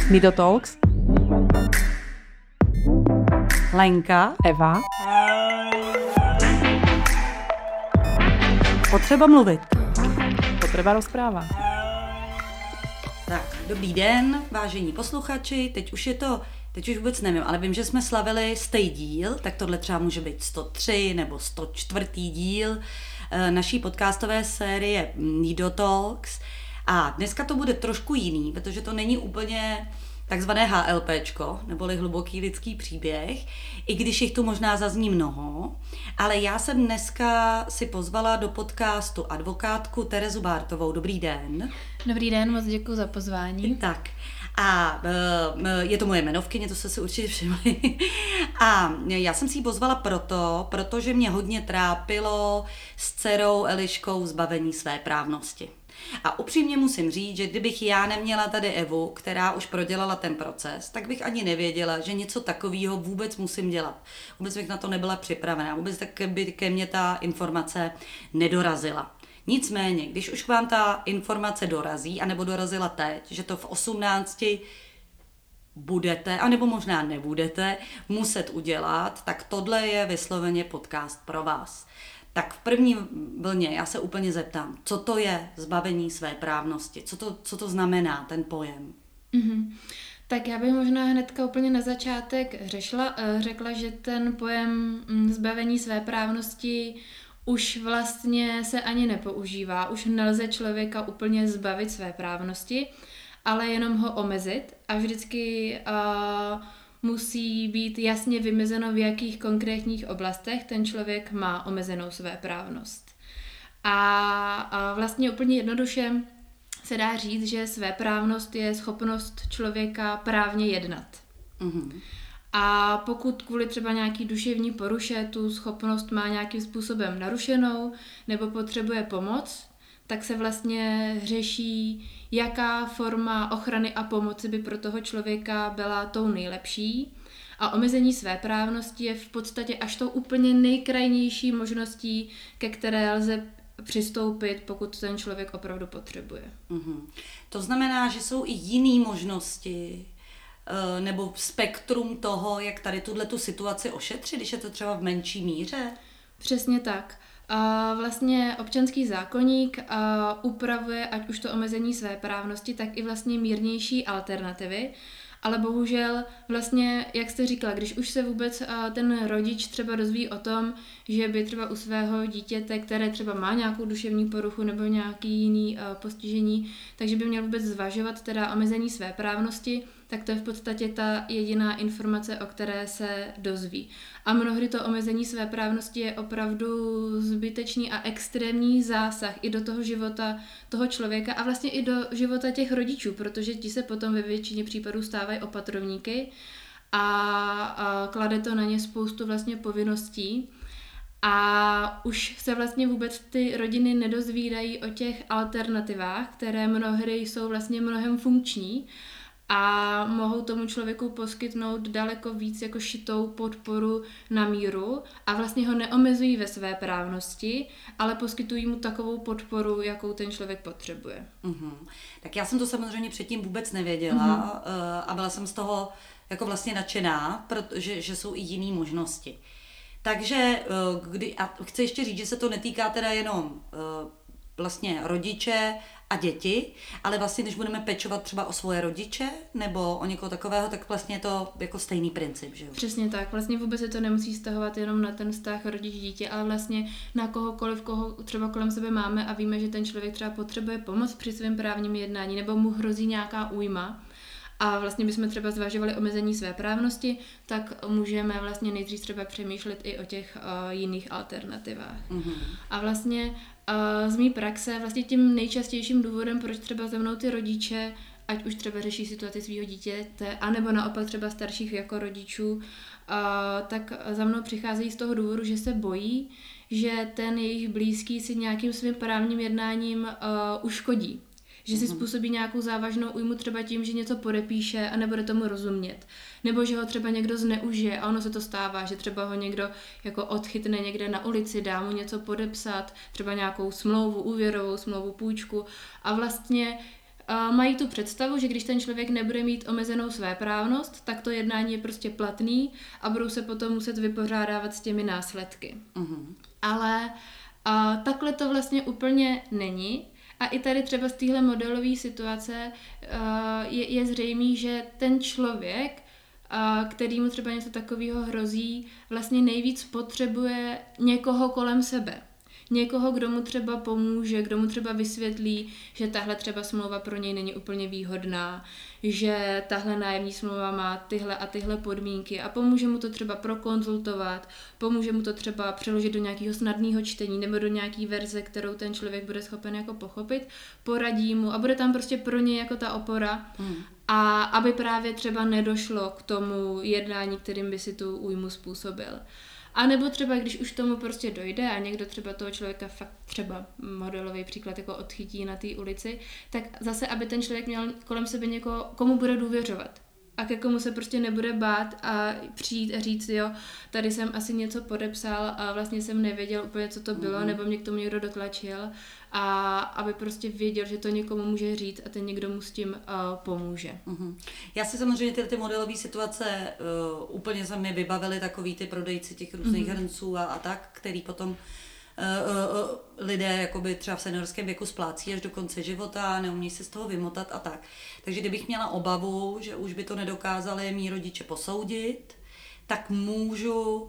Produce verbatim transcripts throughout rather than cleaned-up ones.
Nido Talks. Lenka. Eva. Potřeba mluvit. Potřeba rozpráva. Tak, dobrý den, vážení posluchači, teď už je to, teď už vůbec nevím, ale vím, že jsme slavili stej díl, tak tohle třeba může být sto tři nebo sto čtyři díl naší podcastové série Nido Talks. A dneska to bude trošku jiný, protože to není úplně takzvané HLPčko, neboli hluboký lidský příběh, i když jich tu možná zazní mnoho, ale já jsem dneska si pozvala do podcastu advokátku Terezu Bártovou. Dobrý den. Dobrý den, moc děkuji za pozvání. Tak. A je to moje jmenovkyně, to jste si určitě všimli. A já jsem si ji pozvala proto, protože mě hodně trápilo s dcerou Eliškou zbavení své právnosti. A upřímně musím říct, že kdybych já neměla tady Evu, která už prodělala ten proces, tak bych ani nevěděla, že něco takového vůbec musím dělat. Vůbec bych na to nebyla připravená, vůbec tak by ke mně ta informace nedorazila. Nicméně, když už k vám ta informace dorazí, anebo dorazila teď, že to v osmnácti budete, anebo možná nebudete muset udělat, tak tohle je vysloveně podcast pro vás. Tak v první vlně já se úplně zeptám, co to je zbavení své právnosti, co to, co to znamená ten pojem? Mm-hmm. Tak já bych možná hnedka úplně na začátek řešla, řekla, že ten pojem zbavení své právnosti už vlastně se ani nepoužívá, už nelze člověka úplně zbavit své právnosti, ale jenom ho omezit a vždycky uh, musí být jasně vymezeno, v jakých konkrétních oblastech ten člověk má omezenou své právnost. A, a vlastně úplně jednoduše se dá říct, že svéprávnost je schopnost člověka právně jednat. Mm-hmm. A pokud kvůli třeba nějaký duševní poruše tu schopnost má nějakým způsobem narušenou nebo potřebuje pomoc, tak se vlastně řeší, jaká forma ochrany a pomoci by pro toho člověka byla tou nejlepší. A omezení svéprávnosti je v podstatě až tou úplně nejkrajnější možností, ke které lze přistoupit, pokud ten člověk opravdu potřebuje. Mm-hmm. To znamená, že jsou i jiné možnosti nebo spektrum toho, jak tady tuhletu situaci ošetřit, když je to třeba v menší míře? Přesně tak. A vlastně občanský zákoník upravuje ať už to omezení svéprávnosti, tak i vlastně mírnější alternativy, ale bohužel vlastně, jak jste říkala, když už se vůbec ten rodič třeba dozví o tom, že by třeba u svého dítěte, které třeba má nějakou duševní poruchu nebo nějaký jiný postižení, takže by měl vůbec zvažovat teda omezení svéprávnosti, tak to je v podstatě ta jediná informace, o které se dozví. A mnohdy to omezení svéprávnosti je opravdu zbytečný a extrémní zásah i do toho života toho člověka a vlastně i do života těch rodičů, protože ti se potom ve většině případů stávají opatrovníky a, a klade to na ně spoustu vlastně povinností. A už se vlastně vůbec ty rodiny nedozvídají o těch alternativách, které mnohdy jsou vlastně mnohem funkční a mohou tomu člověku poskytnout daleko víc jako šitou podporu na míru a vlastně ho neomezují ve své právnosti, ale poskytují mu takovou podporu, jakou ten člověk potřebuje. Mm-hmm. Tak já jsem to samozřejmě předtím vůbec nevěděla mm-hmm. a byla jsem z toho jako vlastně nadšená, protože že jsou i jiné možnosti. Takže kdy, a chci ještě říct, že se to netýká teda jenom vlastně rodiče a děti, ale vlastně, když budeme pečovat třeba o svoje rodiče nebo o někoho takového, tak vlastně je to jako stejný princip, že jo? Přesně tak. Vlastně vůbec se to nemusí vztahovat jenom na ten vztah rodič-dítě, ale vlastně na kohokoliv, koho třeba kolem sebe máme a víme, že ten člověk třeba potřebuje pomoc při svém právním jednání nebo mu hrozí nějaká újma. A vlastně bychom třeba zvažovali omezení své právnosti, tak můžeme vlastně nejdřív třeba přemýšlet i o těch uh, jiných alternativách. Mm-hmm. A vlastně uh, z mý praxe vlastně tím nejčastějším důvodem, proč třeba za mnou ty rodiče, ať už třeba řeší situaci svého dítěte, anebo naopak třeba starších jako rodičů, uh, tak za mnou přicházejí z toho důvodu, že se bojí, že ten jejich blízký si nějakým svým právním jednáním uh, uškodí. Že si způsobí nějakou závažnou újmu třeba tím, že něco podepíše a nebude tomu rozumět. Nebo že ho třeba někdo zneužije a ono se to stává, že třeba ho někdo jako odchytne někde na ulici, dá mu něco podepsat, třeba nějakou smlouvu, úvěrovou smlouvu, půjčku a vlastně mají tu představu, že když ten člověk nebude mít omezenou svéprávnost, tak to jednání je prostě platný a budou se potom muset vypořádávat s těmi následky. Uh-huh. Ale a, takhle to vlastně úplně není. A i tady třeba z téhle modelové situace a, je, je zřejmý, že ten člověk, a, který mu třeba něco takového hrozí, vlastně nejvíc potřebuje někoho kolem sebe. Někoho, kdo mu třeba pomůže, kdo mu třeba vysvětlí, že tahle třeba smlouva pro něj není úplně výhodná, že tahle nájemní smlouva má tyhle a tyhle podmínky a pomůže mu to třeba prokonzultovat, pomůže mu to třeba přeložit do nějakého snadného čtení nebo do nějaký verze, kterou ten člověk bude schopen jako pochopit, poradí mu a bude tam prostě pro něj jako ta opora. Hmm. A aby právě třeba nedošlo k tomu jednání, kterým by si tu újmu způsobil. A nebo třeba, když už tomu prostě dojde a někdo třeba toho člověka fakt třeba modelový příklad jako odchytí na té ulici, tak zase, aby ten člověk měl kolem sebe někoho, komu bude důvěřovat. A ke komu se prostě nebude bát a přijít a říct, jo, tady jsem asi něco podepsal a vlastně jsem nevěděl úplně, co to bylo, mm. nebo mě k tomu někdo dotlačil a aby prostě věděl, že to někomu může říct a ten někdo mu s tím uh, pomůže. Mm-hmm. Já si samozřejmě ty, ty modelové situace uh, úplně se mi vybavily takový ty prodejci těch různých mm-hmm. hrnců a, a tak, který potom uh, uh, lidé jakoby třeba v seniorském věku splácí až do konce života, neumí se z toho vymotat a tak. Takže kdybych měla obavu, že už by to nedokázali mý rodiče posoudit, tak můžu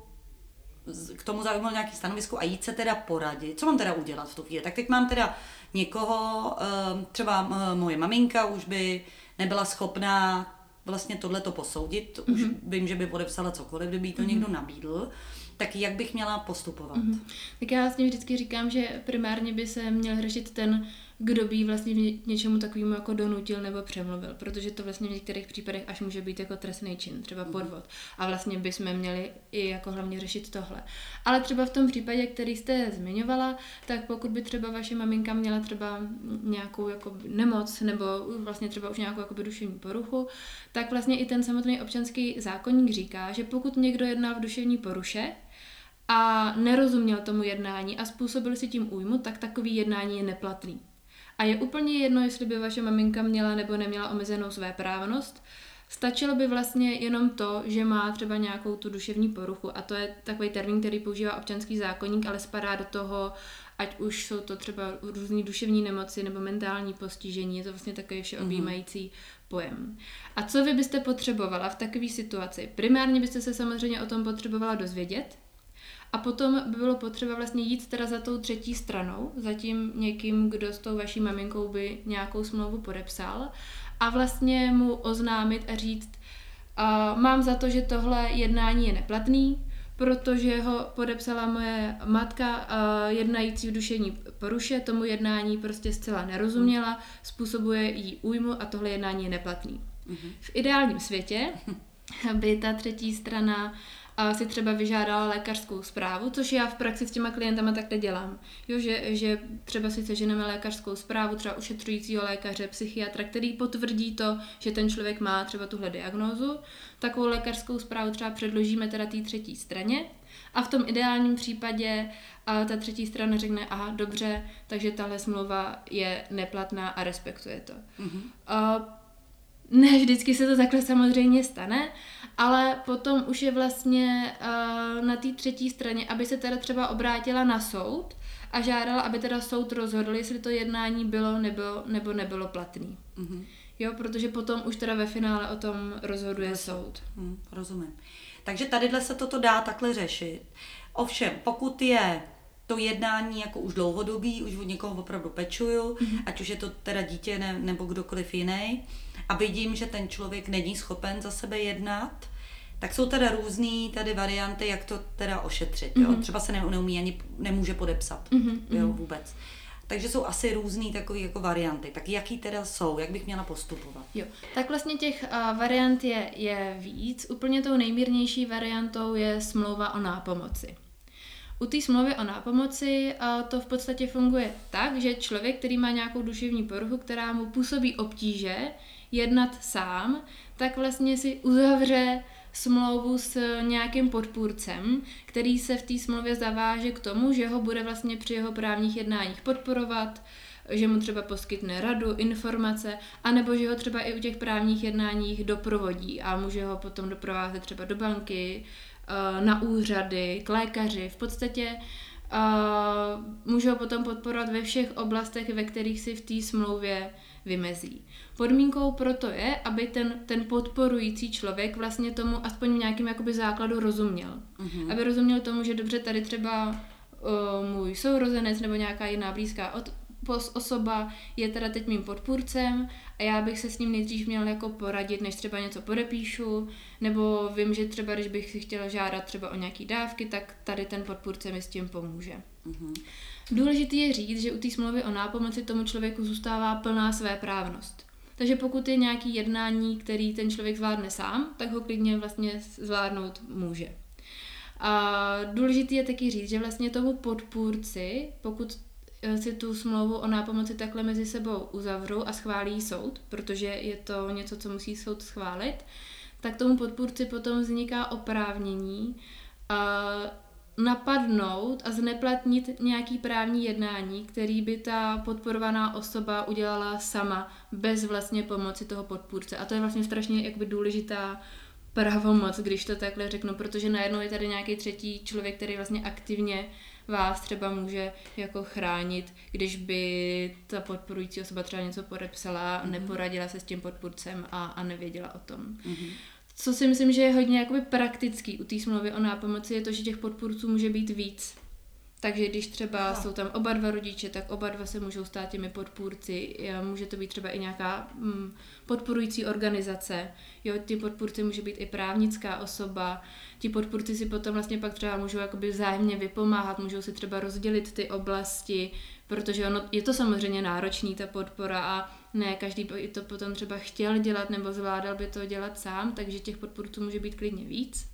k tomu zaujmout nějaké stanovisko a jít se teda poradit. Co mám teda udělat v tu chvíli? Tak teď mám teda někoho, třeba moje maminka už by nebyla schopná vlastně tohleto posoudit, mm-hmm. už vím, že by podepsala cokoliv, kdyby jí to mm-hmm. někdo nabídl, tak jak bych měla postupovat? Mm-hmm. Tak já vlastně vždycky říkám, že primárně by se měl řešit ten, kdo by vlastně v něčemu takovému jako donutil nebo přemluvil, protože to vlastně v některých případech až může být jako trestný čin, třeba podvod. A vlastně bychom měli i jako hlavně řešit tohle. Ale třeba v tom případě, který jste zmiňovala, tak pokud by třeba vaše maminka měla třeba nějakou jako nemoc nebo vlastně třeba už nějakou jako duševní poruchu, tak vlastně i ten samotný občanský zákoník říká, že pokud někdo jednal v duševní poruše a nerozuměl tomu jednání a způsobil si tím újmu, tak takový jednání je neplatný. A je úplně jedno, jestli by vaše maminka měla nebo neměla omezenou svéprávnost. Stačilo by vlastně jenom to, že má třeba nějakou tu duševní poruchu a to je takový termín, který používá občanský zákoník, ale spadá do toho, ať už jsou to třeba různý duševní nemoci nebo mentální postižení, je to vlastně takový všeobjímající pojem. A co vy byste potřebovala v takové situaci? Primárně byste se samozřejmě o tom potřebovala dozvědět, a potom by bylo potřeba vlastně jít teda za tou třetí stranou, za tím někým, kdo s tou vaší maminkou by nějakou smlouvu podepsal a vlastně mu oznámit a říct, uh, mám za to, že tohle jednání je neplatný, protože ho podepsala moje matka uh, jednající v duševní poruše, tomu jednání prostě zcela nerozuměla, způsobuje jí újmu a tohle jednání je neplatný. Mm-hmm. V ideálním světě by ta třetí strana a si třeba vyžádala lékařskou zprávu, což já v praxi s těma klientama takhle dělám. Jo, že, že třeba si seženeme lékařskou zprávu, třeba ošetřujícího lékaře, psychiatra, který potvrdí to, že ten člověk má třeba tuhle diagnózu. Takovou lékařskou zprávu třeba předložíme teda té třetí straně a v tom ideálním případě a ta třetí strana řekne, aha, dobře, takže tahle smlouva je neplatná a respektuje to. Mm-hmm. A ne vždycky se to takhle samozřejmě stane, ale potom už je vlastně uh, na té třetí straně, aby se teda třeba obrátila na soud a žádala, aby teda soud rozhodl, jestli to jednání bylo nebo, nebo nebylo platný. Mm-hmm. Jo, protože potom už teda ve finále o tom rozhoduje no, soud. Hmm, rozumím. Takže tadyhle se toto dá takhle řešit. Ovšem, pokud je to jednání jako už dlouhodobý, už od někoho opravdu pečuju, mm-hmm. ať už je to teda dítě ne, nebo kdokoliv jiný, a vidím, že ten člověk není schopen za sebe jednat, tak jsou teda různý tady varianty, jak to teda ošetřit. Mm-hmm. Jo? Třeba se ne, neumí ani nemůže podepsat mm-hmm. jo, vůbec. Takže jsou asi různý takové jako varianty. Tak jaký teda jsou? Jak bych měla postupovat? Jo, tak vlastně těch uh, variant je, je víc. Úplně tou nejmírnější variantou je smlouva o nápomoci. U té smlouvy o nápomoci uh, to v podstatě funguje tak, že člověk, který má nějakou duševní poruchu, která mu působí obtíže jednat sám, tak vlastně si uzavře smlouvu s nějakým podpůrcem, který se v té smlouvě zaváže k tomu, že ho bude vlastně při jeho právních jednáních podporovat, že mu třeba poskytne radu, informace, anebo že ho třeba i u těch právních jednáních doprovodí a může ho potom doprovázet třeba do banky, na úřady, k lékaři. V podstatě uh, může ho potom podporovat ve všech oblastech, ve kterých si v té smlouvě vymezí. Podmínkou proto je, aby ten, ten podporující člověk vlastně tomu aspoň v nějakým jakoby základu rozuměl. Mm-hmm. Aby rozuměl tomu, že dobře, tady třeba uh, můj sourozenec nebo nějaká jiná blízká od, osoba je teda teď mým podpůrcem a já bych se s ním nejdřív měl jako poradit, než třeba něco podepíšu, nebo vím, že třeba když bych si chtěla žádat třeba o nějaký dávky, tak tady ten podpůrce mi s tím pomůže. Mm-hmm. Důležité je říct, že u té smlouvy o nápomoci tomu člověku zůstává plná svéprávnost. Takže pokud je nějaký jednání, který ten člověk zvládne sám, tak ho klidně vlastně zvládnout může. A důležité je taky říct, že vlastně tomu podpůrci, pokud si tu smlouvu o nápomoci takhle mezi sebou uzavřou a schválí soud, protože je to něco, co musí soud schválit, tak tomu podpůrci potom vzniká oprávnění uh, napadnout a zneplatnit nějaký právní jednání, který by ta podporovaná osoba udělala sama, bez vlastně pomoci toho podpůrce. A to je vlastně strašně jakoby důležitá pravomoc, když to takhle řeknu, protože najednou je tady nějaký třetí člověk, který vlastně aktivně vás třeba může jako chránit, když by ta podporující osoba třeba něco podepsala, mm-hmm. neporadila se s tím podpůrcem a, a nevěděla o tom. Mm-hmm. Co si myslím, že je hodně jakoby praktický u té smlouvy o nápomoci, je to, že těch podpůrců může být víc. Takže když třeba no. jsou tam oba dva rodiče, tak oba dva se můžou stát těmi podpůrci. Může to být třeba i nějaká mm, podporující organizace. Jo, ty podpůrci může být i právnická osoba. Ti podpůrci si potom vlastně pak třeba můžou jakoby vzájemně vypomáhat, můžou si třeba rozdělit ty oblasti, protože ono, je to samozřejmě náročný, ta podpora, a ne každý by to potom třeba chtěl dělat nebo zvládal by to dělat sám, takže těch podpůrců může být klidně víc.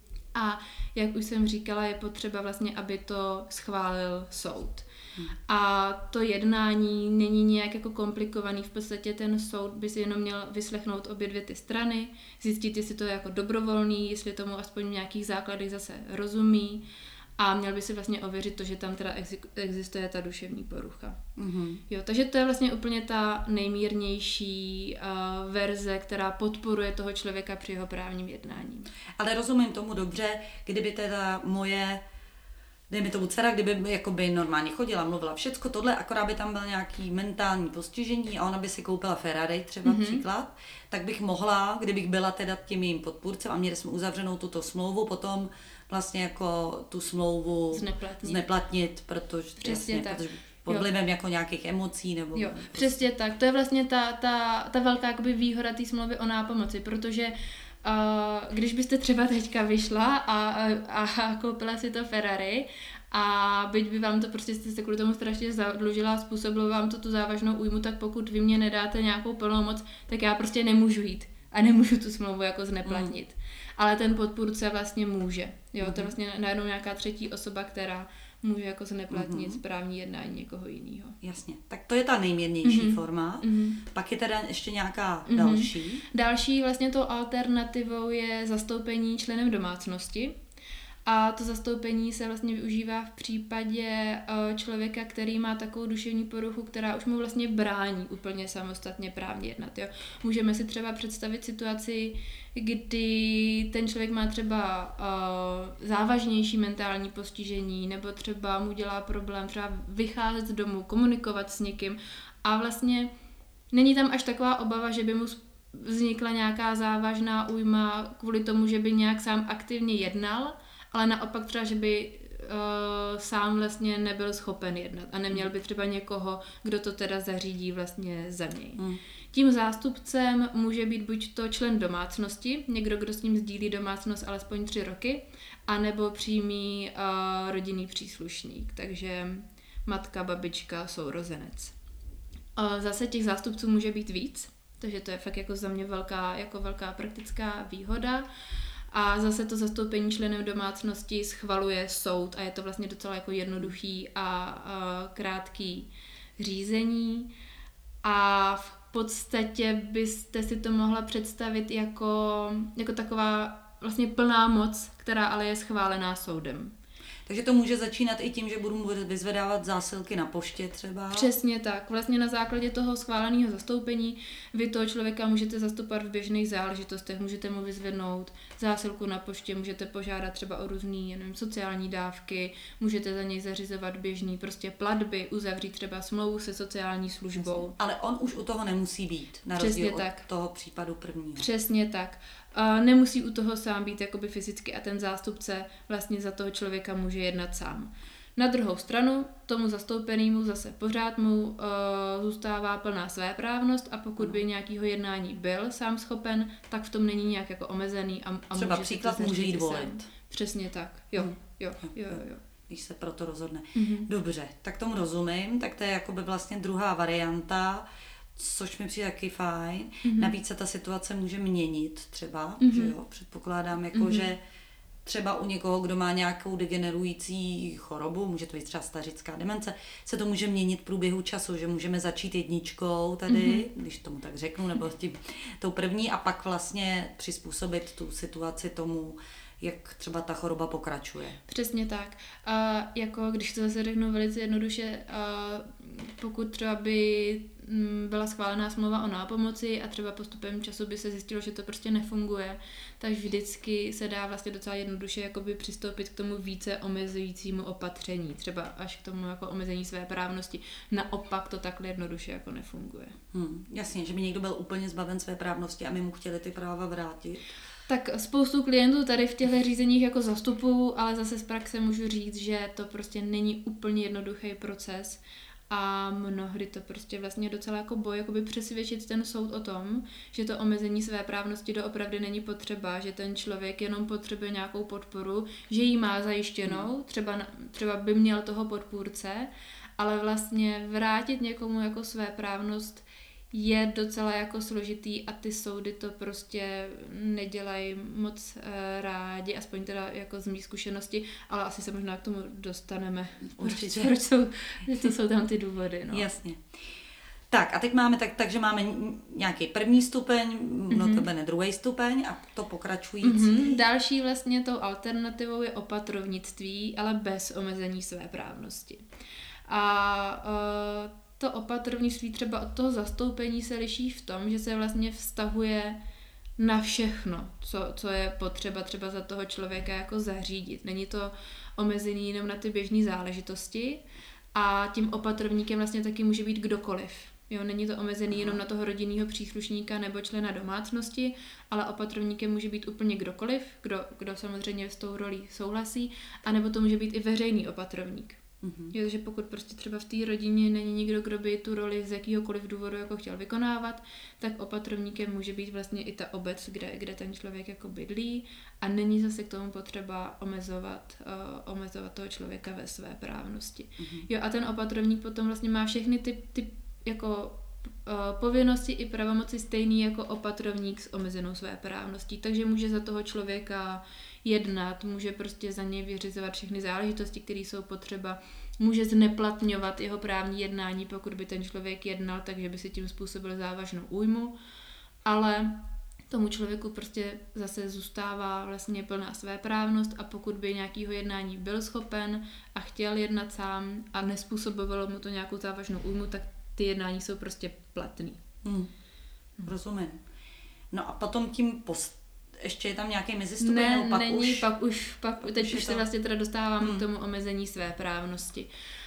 A jak už jsem říkala, je potřeba vlastně, aby to schválil soud. Hmm. A to jednání není nějak jako komplikovaný, v podstatě ten soud by si jenom měl vyslechnout obě dvě ty strany, zjistit, jestli to je jako dobrovolný, jestli tomu aspoň v nějakých základech zase rozumí, a měl by si vlastně ověřit to, že tam teda existuje ta duševní porucha. Mm-hmm. Jo, takže to je vlastně úplně ta nejmírnější uh, verze, která podporuje toho člověka při jeho právním jednání. Ale rozumím tomu dobře, kdyby teda moje, dejme tomu dcera, kdyby jakoby normálně chodila, mluvila všecko tohle, akorát by tam byl nějaký mentální postižení a ona by si koupila Ferrari třeba mm-hmm. příklad, tak bych mohla, kdybych byla teda tím jejím podpůrcem a měli jsme uzavřenou tuto smlouvu, potom vlastně jako tu smlouvu zneplatnit, zneplatnit protože, jasně, protože pod vlivem jako nějakých emocí nebo... Jo, přesně tak. To je vlastně ta, ta, ta velká jakoby výhoda té smlouvy o nápomoci, protože uh, když byste třeba teďka vyšla a, a, a koupila si to Ferrari a byť by vám to prostě jste se kvůli tomu strašně zadlužila a způsobilo vám to tu závažnou újmu, tak pokud vy mě nedáte nějakou plnou moc, tak já prostě nemůžu jít a nemůžu tu smlouvu jako zneplatnit. Mm. Ale ten podpůrce vlastně může. Jo, mm. to je vlastně najednou nějaká třetí osoba, která může jako zneplatnit mm. správní jednání někoho jiného. Jasně. Tak to je ta nejmírnější mm. forma. Mm. Pak je teda ještě nějaká mm. další. Další vlastně tou alternativou je zastoupení členem domácnosti. A to zastoupení se vlastně využívá v případě člověka, který má takovou duševní poruchu, která už mu vlastně brání úplně samostatně právně jednat. Jo. Můžeme si třeba představit situaci, kdy ten člověk má třeba uh, závažnější mentální postižení, nebo třeba mu dělá problém třeba vycházet z domu, komunikovat s někým, a vlastně není tam až taková obava, že by mu vznikla nějaká závažná újma kvůli tomu, že by nějak sám aktivně jednal, ale naopak třeba, že by uh, sám vlastně nebyl schopen jednat a neměl by třeba někoho, kdo to teda zařídí vlastně za něj. Mm. Tím zástupcem může být buď to člen domácnosti, někdo, kdo s ním sdílí domácnost alespoň tři roky, anebo přímý uh, rodinný příslušník, takže matka, babička, sourozenec. Uh, zase těch zástupců může být víc, takže to je fakt jako za mě velká, jako velká praktická výhoda. A zase to zastoupení členem domácnosti schvaluje soud a je to vlastně docela jako jednoduchý a, a krátký řízení. A v podstatě byste si to mohla představit jako, jako taková vlastně plná moc, která ale je schválená soudem. Takže to může začínat i tím, že budu vyzvedávat zásilky na poště třeba. Přesně tak. Vlastně na základě toho schváleného zastoupení vy toho člověka můžete zastupovat v běžných záležitostech, můžete mu vyzvednout zásilku na poště, můžete požádat třeba o různý, nevím, sociální dávky, můžete za něj zařizovat běžný prostě platby, uzavřít třeba smlouvu se sociální službou. Ale on už u toho nemusí být, na Přesně rozdíl tak. od toho případu prvního. Přesně tak. A nemusí u toho sám být jakoby fyzicky a ten zástupce vlastně za toho člověka může jednat sám. Na druhou stranu tomu zastoupenému zase pořád mu uh, zůstává plná svéprávnost a pokud by nějakého jednání byl sám schopen, tak v tom není nějak jako omezený a, a třeba může příklad si to může jít zařídit volit. sám. Přesně tak. Jo, Hmm. jo, jo, jo, jo. Když se proto rozhodne. Mhm. Dobře, tak tomu rozumím, tak to je jakoby vlastně druhá varianta, což mi přijde taky fajn. Mhm. Navíc se ta situace může měnit třeba, Mhm. že jo, předpokládám, jako Mhm. že třeba u někoho, kdo má nějakou degenerující chorobu, může to být třeba stařická demence, se to může měnit v průběhu času, že můžeme začít jedničkou tady, mm-hmm. když tomu tak řeknu, nebo tím, tou první a pak vlastně přizpůsobit tu situaci tomu, jak třeba ta choroba pokračuje. Přesně tak. A jako když to zase řeknu velice jednoduše, a pokud třeba by mm, byla schválená smlouva o nápomoci a třeba postupem času by se zjistilo, že to prostě nefunguje, tak vždycky se dá vlastně docela jednoduše jakoby přistoupit k tomu více omezujícímu opatření, třeba až k tomu jako omezení své právnosti. Naopak to takhle jednoduše jako nefunguje. Hmm, jasně, že by někdo byl úplně zbaven své právnosti a my mu chtěli ty práva vrátit. Tak spoustu klientů tady v těchto řízeních jako zastupuju, ale zase z praxe můžu říct, že to prostě není úplně jednoduchý proces a mnohdy to prostě vlastně docela jako boj jakoby přesvědčit ten soud o tom, že to omezení své právnosti doopravdy není potřeba, že ten člověk jenom potřebuje nějakou podporu, že ji má zajištěnou, třeba, třeba by měl toho podpůrce, ale vlastně vrátit někomu jako své právnost je docela jako složitý a ty soudy to prostě nedělají moc e, rádi, aspoň teda jako z mých zkušenosti, ale asi se možná k tomu dostaneme. Určitě. Proč jsou, to jsou tam ty důvody. No. Jasně. Tak a teď máme, tak, takže máme nějaký první stupeň, mm-hmm. no to bude druhý stupeň a to pokračující. Mm-hmm. Další vlastně tou alternativou je opatrovnictví, ale bez omezení své právnosti. A e, to opatrovnictví třeba od toho zastoupení se liší v tom, že se vlastně vztahuje na všechno, co, co je potřeba třeba za toho člověka jako zařídit. Není to omezený jenom na ty běžné záležitosti a tím opatrovníkem vlastně taky může být kdokoliv. Jo, není to omezený jenom na toho rodinného příslušníka nebo člena domácnosti, ale opatrovníkem může být úplně kdokoliv, kdo, kdo samozřejmě s tou rolí souhlasí, anebo to může být i veřejný opatrovník. Mm-hmm. Jo, že pokud prostě třeba v té rodině není nikdo, kdo by tu roli z jakýhokoliv důvodu jako chtěl vykonávat, tak opatrovníkem může být vlastně i ta obec, kde, kde ten člověk jako bydlí a není zase k tomu potřeba omezovat, uh, omezovat toho člověka ve své právnosti. Mm-hmm. Jo, a ten opatrovník potom vlastně má všechny ty, ty jako uh, povinnosti i pravomoci stejný jako opatrovník s omezenou své právností, takže může za toho člověka jednat, může prostě za něj vyřizovat všechny záležitosti, které jsou potřeba, může zneplatňovat jeho právní jednání, pokud by ten člověk jednal, takže by si tím způsobil závažnou újmu, ale tomu člověku prostě zase zůstává vlastně plná svéprávnost a pokud by nějakého jednání byl schopen a chtěl jednat sám a nespůsobovalo mu to nějakou závažnou újmu, tak ty jednání jsou prostě platný. Hmm. Rozumím. No a potom tím post ještě je tam nějaký mezistupeň, ne, nebo pak není, už... pak už, pak, teď už, už se to... vlastně teda dostáváme hmm. k tomu omezení své právnosti.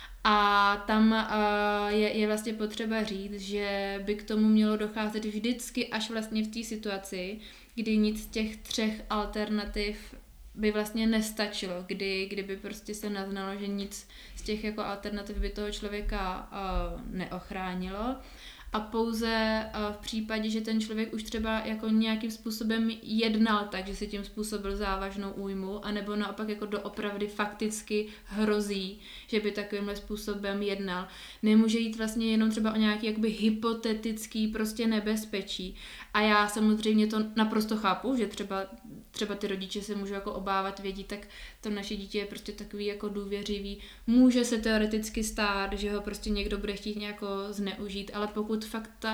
A tam uh, je, je vlastně potřeba říct, že by k tomu mělo docházet vždycky až vlastně v té situaci, kdy nic z těch třech alternativ by vlastně nestačilo, kdy, kdyby prostě se naznalo, že nic z těch jako alternativ by toho člověka uh, neochránilo. A pouze v případě, že ten člověk už třeba jako nějakým způsobem jednal tak, že si tím způsobil závažnou újmu, anebo naopak jako doopravdy fakticky hrozí, že by takovýmhle způsobem jednal. Nemůže jít vlastně jenom třeba o nějaký jakoby hypotetický prostě nebezpečí. A já samozřejmě to naprosto chápu, že třeba, třeba ty rodiče se můžou jako obávat, vědí, tak to naše dítě je prostě takový jako důvěřivý. Může se teoreticky stát, že ho prostě někdo bude chtít nějak zneužít, ale pokud fakt ta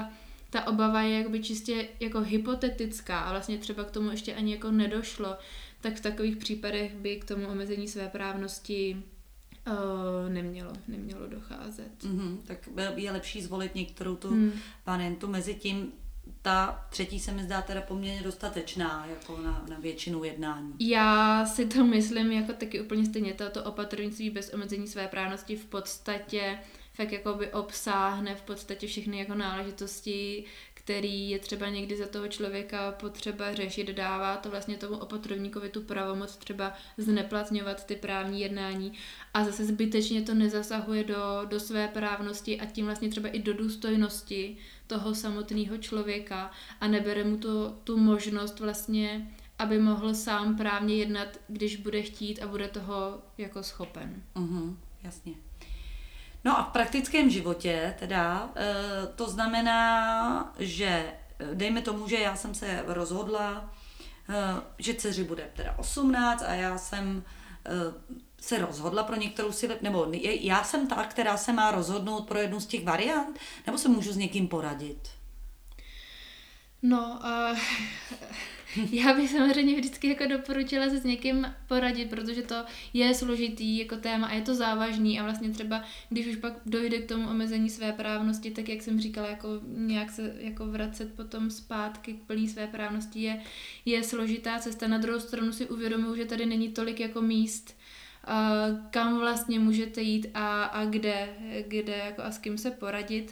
ta obava je jakoby čistě jako hypotetická a vlastně třeba k tomu ještě ani jako nedošlo, tak v takových případech by k tomu omezení svéprávnosti uh, nemělo, nemělo docházet. Mm-hmm, tak je lepší zvolit některou tu hmm. variantu. Mezi tím ta třetí se mi zdá teda poměrně dostatečná jako na, na většinu jednání. Já si to myslím jako taky úplně stejně. Toto opatrovnictví bez omezení svéprávnosti v podstatě fakt jakoby obsáhne v podstatě všechny jako náležitosti, který je třeba někdy za toho člověka potřeba řešit, dává to vlastně tomu opatrovníkovi tu pravomoc třeba zneplatňovat ty právní jednání a zase zbytečně to nezasahuje do, do své právnosti a tím vlastně třeba i do důstojnosti toho samotného člověka a nebere mu to, tu možnost vlastně, aby mohl sám právně jednat, když bude chtít a bude toho jako schopen. Mhm, jasně. No a v praktickém životě teda to znamená, že dejme tomu, že já jsem se rozhodla, že dceři bude teda osmnáct a já jsem se rozhodla pro některou si, nebo já jsem ta, která se má rozhodnout pro jednu z těch variant, nebo se můžu s někým poradit? No, uh, já bych samozřejmě vždycky jako doporučila se s někým poradit, protože to je složitý jako téma a je to závažný a vlastně třeba, když už pak dojde k tomu omezení svéprávnosti, tak jak jsem říkala, jako nějak se jako vracet potom zpátky k plný svéprávnosti je, je složitá cesta. Na druhou stranu si uvědomuji, že tady není tolik jako míst, uh, kam vlastně můžete jít a, a kde, kde jako a s kým se poradit.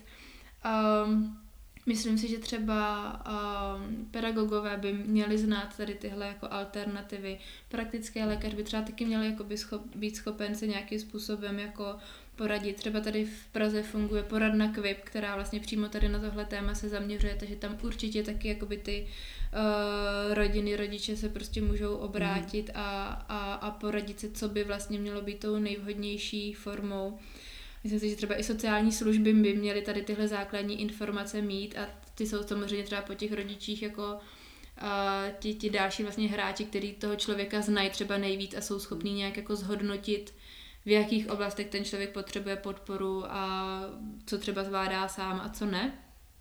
Um, Myslím si, že třeba um, pedagogové by měli znát tady tyhle jako alternativy. Praktický lékař by třeba taky měl jakoby schop, být schopen se nějakým způsobem jako poradit. Třeba tady v Praze funguje poradna Q I P, která vlastně přímo tady na tohle téma se zaměřuje, takže tam určitě taky jakoby ty uh, rodiny, rodiče se prostě můžou obrátit mm. a, a, a poradit se, co by vlastně mělo být tou nejvhodnější formou. Myslím si, že třeba i sociální služby by měly tady tyhle základní informace mít a ty jsou samozřejmě třeba po těch rodičích jako uh, ti, ti další vlastně hráči, kteří toho člověka znají třeba nejvíc a jsou schopní nějak jako zhodnotit, v jakých oblastech ten člověk potřebuje podporu a co třeba zvládá sám a co ne.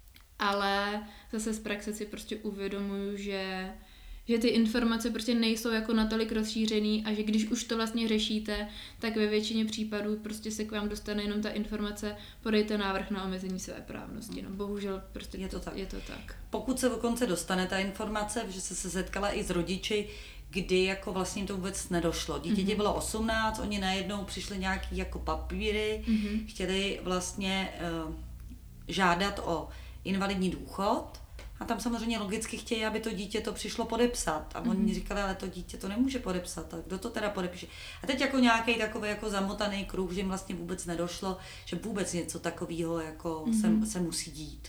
Ale zase z praxe si prostě uvědomuju, že že ty informace prostě nejsou jako natolik rozšířený a že když už to vlastně řešíte, tak ve většině případů prostě se k vám dostane jenom ta informace, podejte návrh na omezení svéprávnosti. No bohužel prostě je to tak. Je to tak. Pokud se dokonce dostane ta informace, že se se setkala i s rodiči, kdy jako vlastně to vůbec nedošlo. Dítěti mm-hmm. bylo osmnáct, oni najednou přišli nějaký jako papíry, mm-hmm. chtěli vlastně uh, žádat o invalidní důchod. A tam samozřejmě logicky chtějí, aby to dítě to přišlo podepsat. A oni mm-hmm. říkali, ale to dítě to nemůže podepsat. A kdo to teda podepíše? A teď jako nějaký takový jako zamotaný kruh, že jim vlastně vůbec nedošlo, že vůbec něco takového jako mm-hmm. se, se musí dít.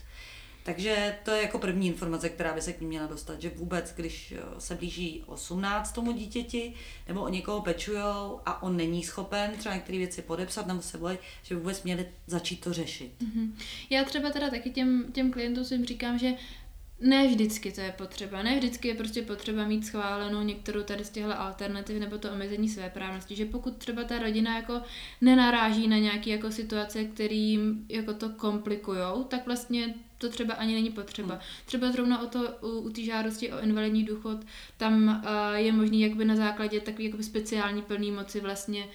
Takže to je jako první informace, která by se k ní měla dostat, že vůbec, když se blíží osmnáct tomu dítěti, nebo o někoho pečujou a on není schopen třeba některé věci podepsat, nebo se bojí, že vůbec měli začít to řešit. Mm-hmm. Já třeba teda taky těm, těm klientům svým říkám, že ne vždycky to je potřeba, ne vždycky je prostě potřeba mít schválenou některou tady z těchto alternativ nebo to omezení svéprávnosti, že pokud třeba ta rodina jako nenaráží na nějaké jako situace, které jim jako to komplikujou, tak vlastně to třeba ani není potřeba. Hmm. Třeba zrovna o to, u, u té žádosti o invalidní důchod, tam uh, je možný jakby na základě takové jakoby speciální plné moci vlastně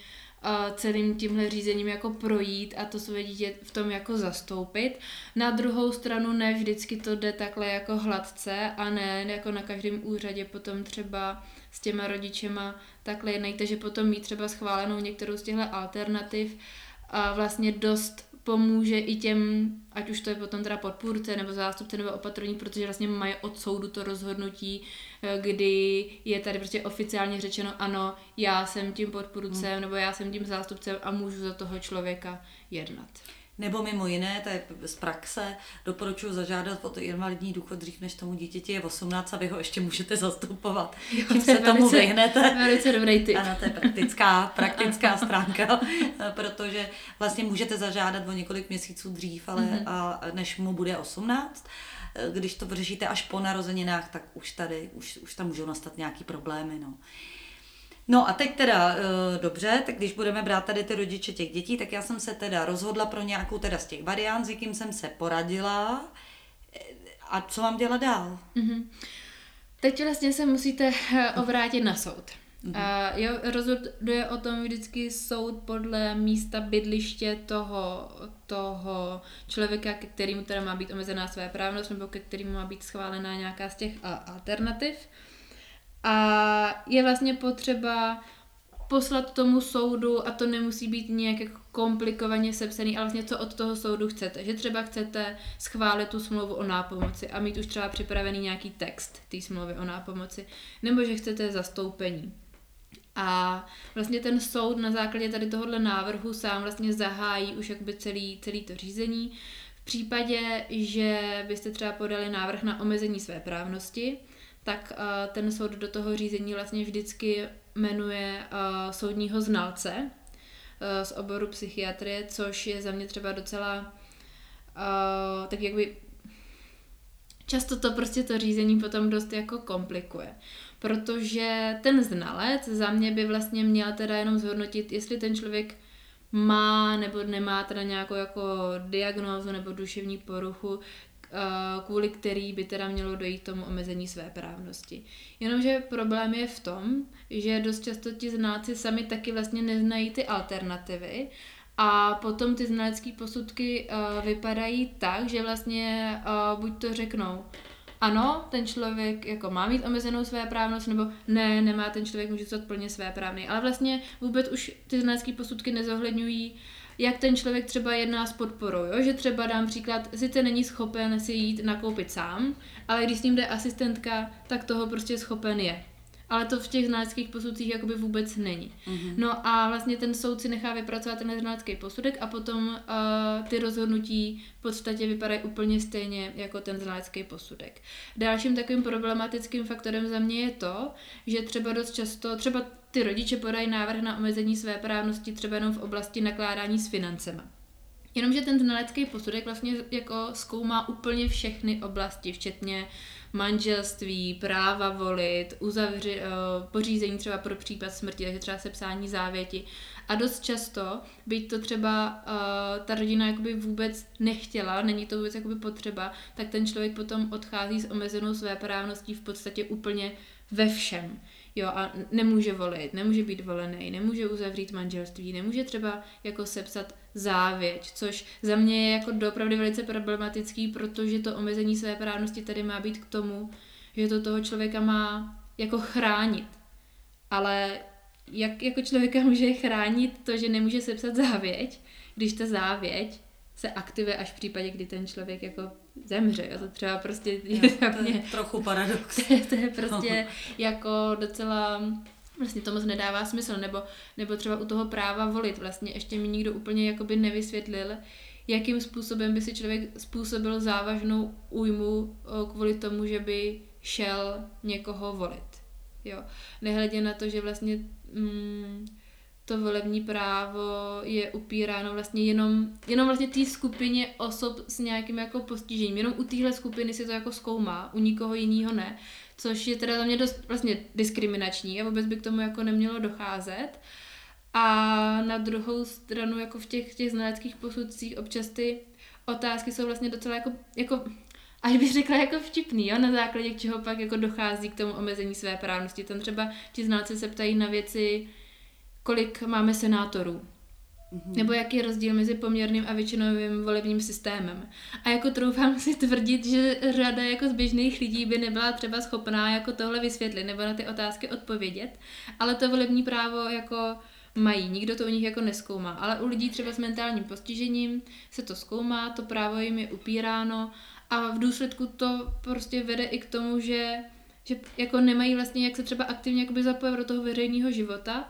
celým tímhle řízením jako projít a to své dítě v tom jako zastoupit. Na druhou stranu ne vždycky to jde takhle jako hladce a ne jako na každém úřadě potom třeba s těma rodičema takhle jednají, takže potom mít třeba schválenou některou z těchto alternativ a vlastně dost pomůže i těm, ať už to je potom teda podpůrce nebo zástupce nebo opatrovník, protože vlastně mají od soudu to rozhodnutí, kdy je tady prostě oficiálně řečeno ano, já jsem tím podpůrcem hmm. nebo já jsem tím zástupcem a můžu za toho člověka jednat. Nebo mimo jiné, to je z praxe, doporučuji zažádat o to invalidní důchod dřív, než tomu dítěti je osmnáct a vy ho ještě můžete zastupovat. Jo, tím se tomu velice, vyhnete. Velice dobrý tip. Ano, to je praktická, praktická stránka, protože vlastně můžete zažádat o několik měsíců dřív, ale mm-hmm. a, než mu bude osmnáct. Když to vyřešíte až po narozeninách, tak už tady, už, už tam můžou nastat nějaký problémy, no. No a teď teda, dobře, tak když budeme brát tady ty rodiče těch dětí, tak já jsem se teda rozhodla pro nějakou teda z těch variant, s jakým jsem se poradila. a co mám dělat dál? Mm-hmm. Teď vlastně se musíte obrátit na soud. Mm-hmm. A jo, rozhoduje o tom vždycky soud podle místa bydliště toho, toho člověka, ke kterému teda má být omezená svéprávnost, nebo ke kterému má být schválená nějaká z těch alternativ. A je vlastně potřeba poslat tomu soudu, a to nemusí být nějak jako komplikovaně sepsaný, ale vlastně co od toho soudu chcete. Že třeba chcete schválit tu smlouvu o nápomoci a mít už třeba připravený nějaký text té smlouvy o nápomoci, nebo že chcete zastoupení. A vlastně ten soud na základě tady tohohle návrhu sám vlastně zahájí už jakoby celý, celý to řízení. V případě, že byste třeba podali návrh na omezení svéprávnosti, tak uh, ten soud do toho řízení vlastně vždycky jmenuje uh, soudního znalce uh, z oboru psychiatrie, což je za mě třeba docela uh, tak jakby často to prostě to řízení potom dost jako komplikuje, protože ten znalec za mě by vlastně měl teda jenom zhodnotit, jestli ten člověk má nebo nemá teda nějakou jako diagnózu nebo duševní poruchu, kvůli který by teda mělo dojít k tomu omezení svéprávnosti. Jenomže problém je v tom, že dost často ti znalci sami taky vlastně neznají ty alternativy a potom ty znalecké posudky uh, vypadají tak, že vlastně uh, buď to řeknou, ano, ten člověk jako má mít omezenou svéprávnost, nebo ne, nemá, ten člověk může zůstat plně svéprávný. Ale vlastně vůbec už ty znalecké posudky nezohledňují, jak ten člověk třeba jedná s podporou, jo? Že třeba dám příklad, sice není schopen si jít nakoupit sám, ale když s ním jde asistentka, tak toho prostě schopen je. Ale to v těch znaleckých posudcích jakoby vůbec není. Mm-hmm. No a vlastně ten soud si nechá vypracovat ten znalecký posudek a potom uh, ty rozhodnutí v podstatě vypadají úplně stejně jako ten znalecký posudek. Dalším takovým problematickým faktorem za mě je to, že třeba dost často, třeba ty rodiče podají návrh na omezení svéprávnosti třeba jenom v oblasti nakládání s financema. Jenomže ten znalecký posudek vlastně jako zkoumá úplně všechny oblasti, včetně manželství, práva volit, uzavři, pořízení třeba pro případ smrti, takže třeba sepsání závěti. A dost často, byť to třeba uh, ta rodina jakoby vůbec nechtěla, není to vůbec jakoby potřeba, tak ten člověk potom odchází s omezenou svéprávností v podstatě úplně ve všem. Jo, a nemůže volit, nemůže být volený, nemůže uzavřít manželství, nemůže třeba jako sepsat závěť, což za mě je jako doopravdy velice problematický, protože to omezení svéprávnosti tady má být k tomu, že to toho člověka má jako chránit. Ale jak jako člověka může chránit to, že nemůže sepsat závěť, když ta závěť se aktivuje až v případě, kdy ten člověk jako zemře. Jo? To třeba prostě je, jo, to je trochu paradox. To je, to je prostě jako docela, vlastně to moc nedává smysl. Nebo, nebo třeba u toho práva volit. Vlastně ještě mi nikdo úplně jakoby nevysvětlil, jakým způsobem by si člověk způsobil závažnou újmu kvůli tomu, že by šel někoho volit. Jo. Nehledě na to, že vlastně mm, to volební právo je upíráno vlastně jenom, jenom vlastně té skupině osob s nějakým jako postižením. Jenom u téhle skupiny si to jako zkoumá, u nikoho jiného ne, což je teda za mě dost vlastně diskriminační a vůbec by k tomu jako nemělo docházet. A na druhou stranu jako v těch, těch znaleckých posudcích občas ty otázky jsou vlastně docela jako, jako až bych řekla jako vtipný, jo, na základě čeho pak jako dochází k tomu omezení svéprávnosti. Tam třeba ti znalci se ptají na věci, kolik máme senátorů, mm-hmm. nebo jaký je rozdíl mezi poměrným a většinovým volebním systémem. A jako troufám si tvrdit, že řada jako z běžných lidí by nebyla třeba schopná jako tohle vysvětlit nebo na ty otázky odpovědět, ale to volební právo jako mají, nikdo to u nich jako nezkoumá, ale u lidí třeba s mentálním postižením se to zkoumá, to právo jim je upíráno a v důsledku to prostě vede i k tomu, že, že jako nemají vlastně jak se třeba aktivně jakoby zapojit do toho veřejného života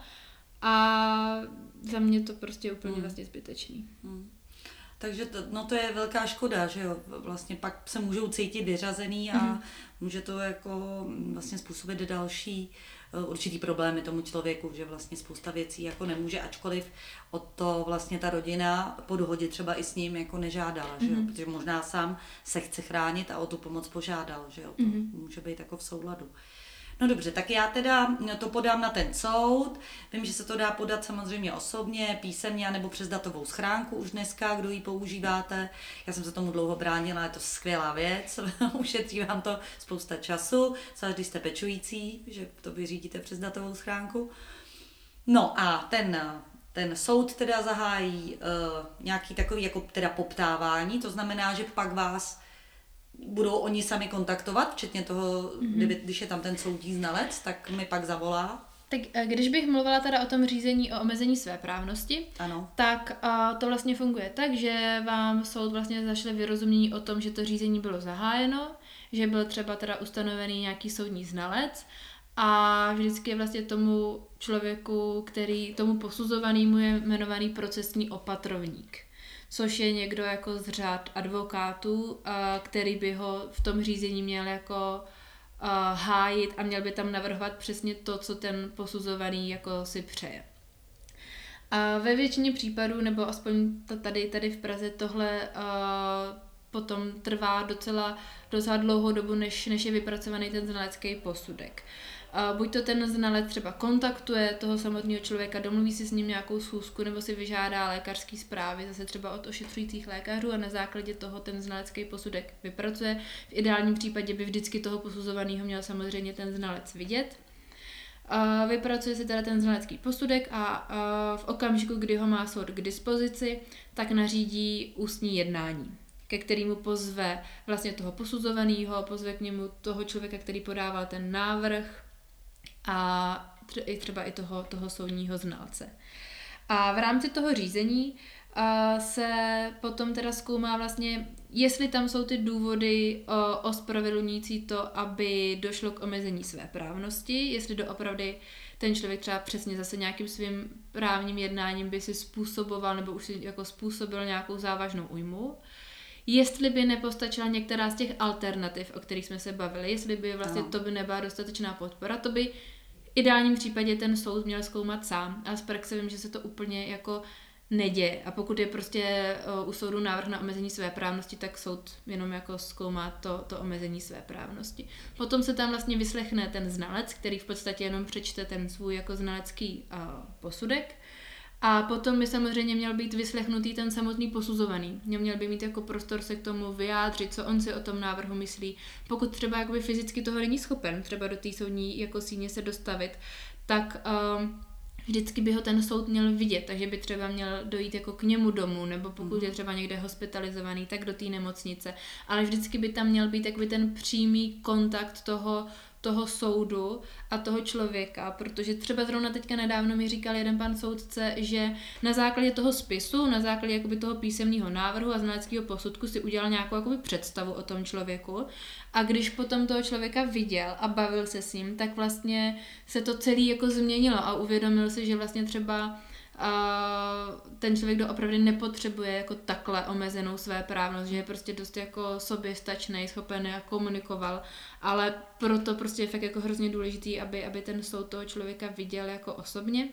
a za mě to prostě úplně hmm. vlastně zbytečný. Hmm. Takže to, no to je velká škoda, že jo, vlastně pak se můžou cítit vyřazený a mm-hmm. může to jako vlastně způsobit další uh, určitý problémy tomu člověku, že vlastně spousta věcí jako nemůže, ačkoliv o to vlastně ta rodina po dohodě třeba i s ním jako nežádala, mm-hmm. že jo, protože možná sám se chce chránit a o tu pomoc požádal, že jo, to mm-hmm. může být jako v souladu. No dobře, tak já teda to podám na ten soud. Vím, že se to dá podat samozřejmě osobně, písemně, nebo přes datovou schránku už dneska, kdo ji používáte. Já jsem se tomu dlouho bránila, je to skvělá věc, ušetří vám to spousta času, zvlášť když jste pečující, že to vyřídíte přes datovou schránku. No a ten, ten soud teda zahájí uh, nějaký takový jako teda poptávání, to znamená, že pak vás budou oni sami kontaktovat, včetně toho, mm-hmm. kdyby, když je tam ten soudní znalec, tak mi pak zavolá. Tak když bych mluvila teda o tom řízení o omezení svéprávnosti, ano. tak uh, to vlastně funguje tak, že vám soud vlastně zašle vyrozumění o tom, že to řízení bylo zahájeno, že byl třeba teda ustanovený nějaký soudní znalec a vždycky je vlastně tomu člověku, který tomu posuzovanému je jmenovaný procesní opatrovník, což je někdo jako z řad advokátů, který by ho v tom řízení měl jako hájit a měl by tam navrhovat přesně to, co ten posuzovaný jako si přeje. A ve většině případů, nebo aspoň tady, tady v Praze, tohle potom trvá docela, docela dlouhou dobu, než, než je vypracovaný ten znalecký posudek. Buď to ten znalec třeba kontaktuje toho samotného člověka, domluví si s ním nějakou schůzku, nebo si vyžádá lékařský zprávy, zase třeba od ošetřujících lékařů a na základě toho ten znalecký posudek vypracuje. V ideálním případě by vždycky toho posuzovaného měl samozřejmě ten znalec vidět. Vypracuje si teda ten znalecký posudek a v okamžiku, kdy ho má soud k dispozici, tak nařídí ústní jednání, ke kterému pozve vlastně toho posuzovaného, pozve k němu toho člověka, který podával ten návrh a i třeba i toho, toho soudního znalce. A v rámci toho řízení uh, se potom teda zkoumá vlastně, jestli tam jsou ty důvody uh, ospravedlňující to, aby došlo k omezení svéprávnosti, jestli doopravdy ten člověk třeba přesně zase nějakým svým právním jednáním by si způsoboval nebo už si jako způsobil nějakou závažnou újmu. Jestli by nepostačila některá z těch alternativ, o kterých jsme se bavili, jestli by vlastně to by nebyla dostatečná podpora, to by v ideálním případě ten soud měl zkoumat sám. A z praxe vím, že se to úplně jako neděje. A pokud je prostě u soudu návrh na omezení svéprávnosti, tak soud jenom jako zkoumá to, to omezení svéprávnosti. Potom se tam vlastně vyslechne ten znalec, který v podstatě jenom přečte ten svůj jako znalecký uh, posudek. A potom by samozřejmě měl být vyslechnutý ten samotný posuzovaný. Měl by mít jako prostor se k tomu vyjádřit, co on si o tom návrhu myslí. Pokud třeba jakoby fyzicky toho není schopen, třeba do té soudní jako síně se dostavit, tak um, vždycky by ho ten soud měl vidět, takže by třeba měl dojít jako k němu domů, nebo pokud je třeba někde hospitalizovaný, tak do té nemocnice. Ale vždycky by tam měl být jakoby ten přímý kontakt toho toho soudu a toho člověka, protože třeba zrovna teďka nedávno mi říkal jeden pan soudce, že na základě toho spisu, na základě jakoby toho písemného návrhu a znaleckého posudku si udělal nějakou jakoby představu o tom člověku a když potom toho člověka viděl a bavil se s ním, tak vlastně se to celý jako změnilo a uvědomil si, že vlastně třeba a ten člověk doopravdy nepotřebuje jako takhle omezenou svéprávnost, že je prostě dost jako soběstačný, schopen jak komunikoval, ale proto prostě je fakt jako hrozně důležitý, aby, aby ten soud toho člověka viděl jako osobně.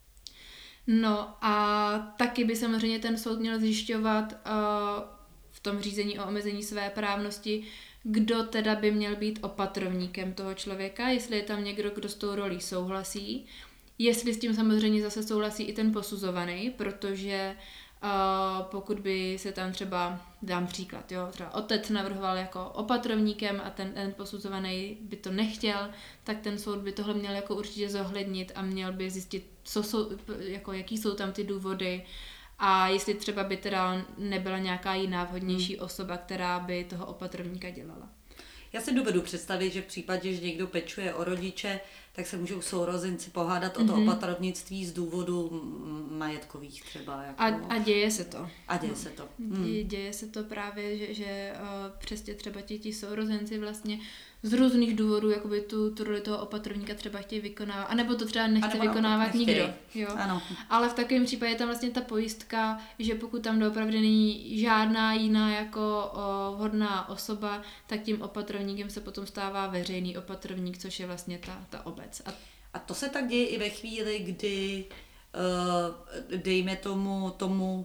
No a taky by samozřejmě ten soud měl zjišťovat uh, v tom řízení o omezení svéprávnosti, kdo teda by měl být opatrovníkem toho člověka, jestli je tam někdo, kdo s tou rolí souhlasí, jestli s tím samozřejmě zase souhlasí i ten posuzovaný, protože uh, pokud by se tam třeba, dám příklad, jo, třeba otec navrhoval jako opatrovníkem a ten, ten posuzovaný by to nechtěl, tak ten soud by tohle měl jako určitě zohlednit a měl by zjistit, co jsou, jako, jaký jsou tam ty důvody a jestli třeba by teda nebyla nějaká jiná vhodnější osoba, která by toho opatrovníka dělala. Já si dovedu představit, že v případě, že někdo pečuje o rodiče, tak se můžou sourozenci pohádat mm-hmm. o to opatrovnictví z důvodu majetkových třeba. Jako... A, a děje se to. A děje no. se to. Hmm. Děje, děje se to právě, že, že uh, přesně třeba ti, ti sourozenci vlastně z různých důvodů jakoby tu, tu roli toho opatrovníka třeba chtějí vykonávat, anebo to třeba nechce vykonávat nikdo. Jo? Ano. Ale v takovém případě je tam vlastně ta pojistka, že pokud tam doopravdy není žádná jiná jako o, vhodná osoba, tak tím opatrovníkem se potom stává veřejný opatrovník, což je vlastně ta, ta obec. A, a to se tak děje i ve chvíli, kdy uh, dejme tomu, tomu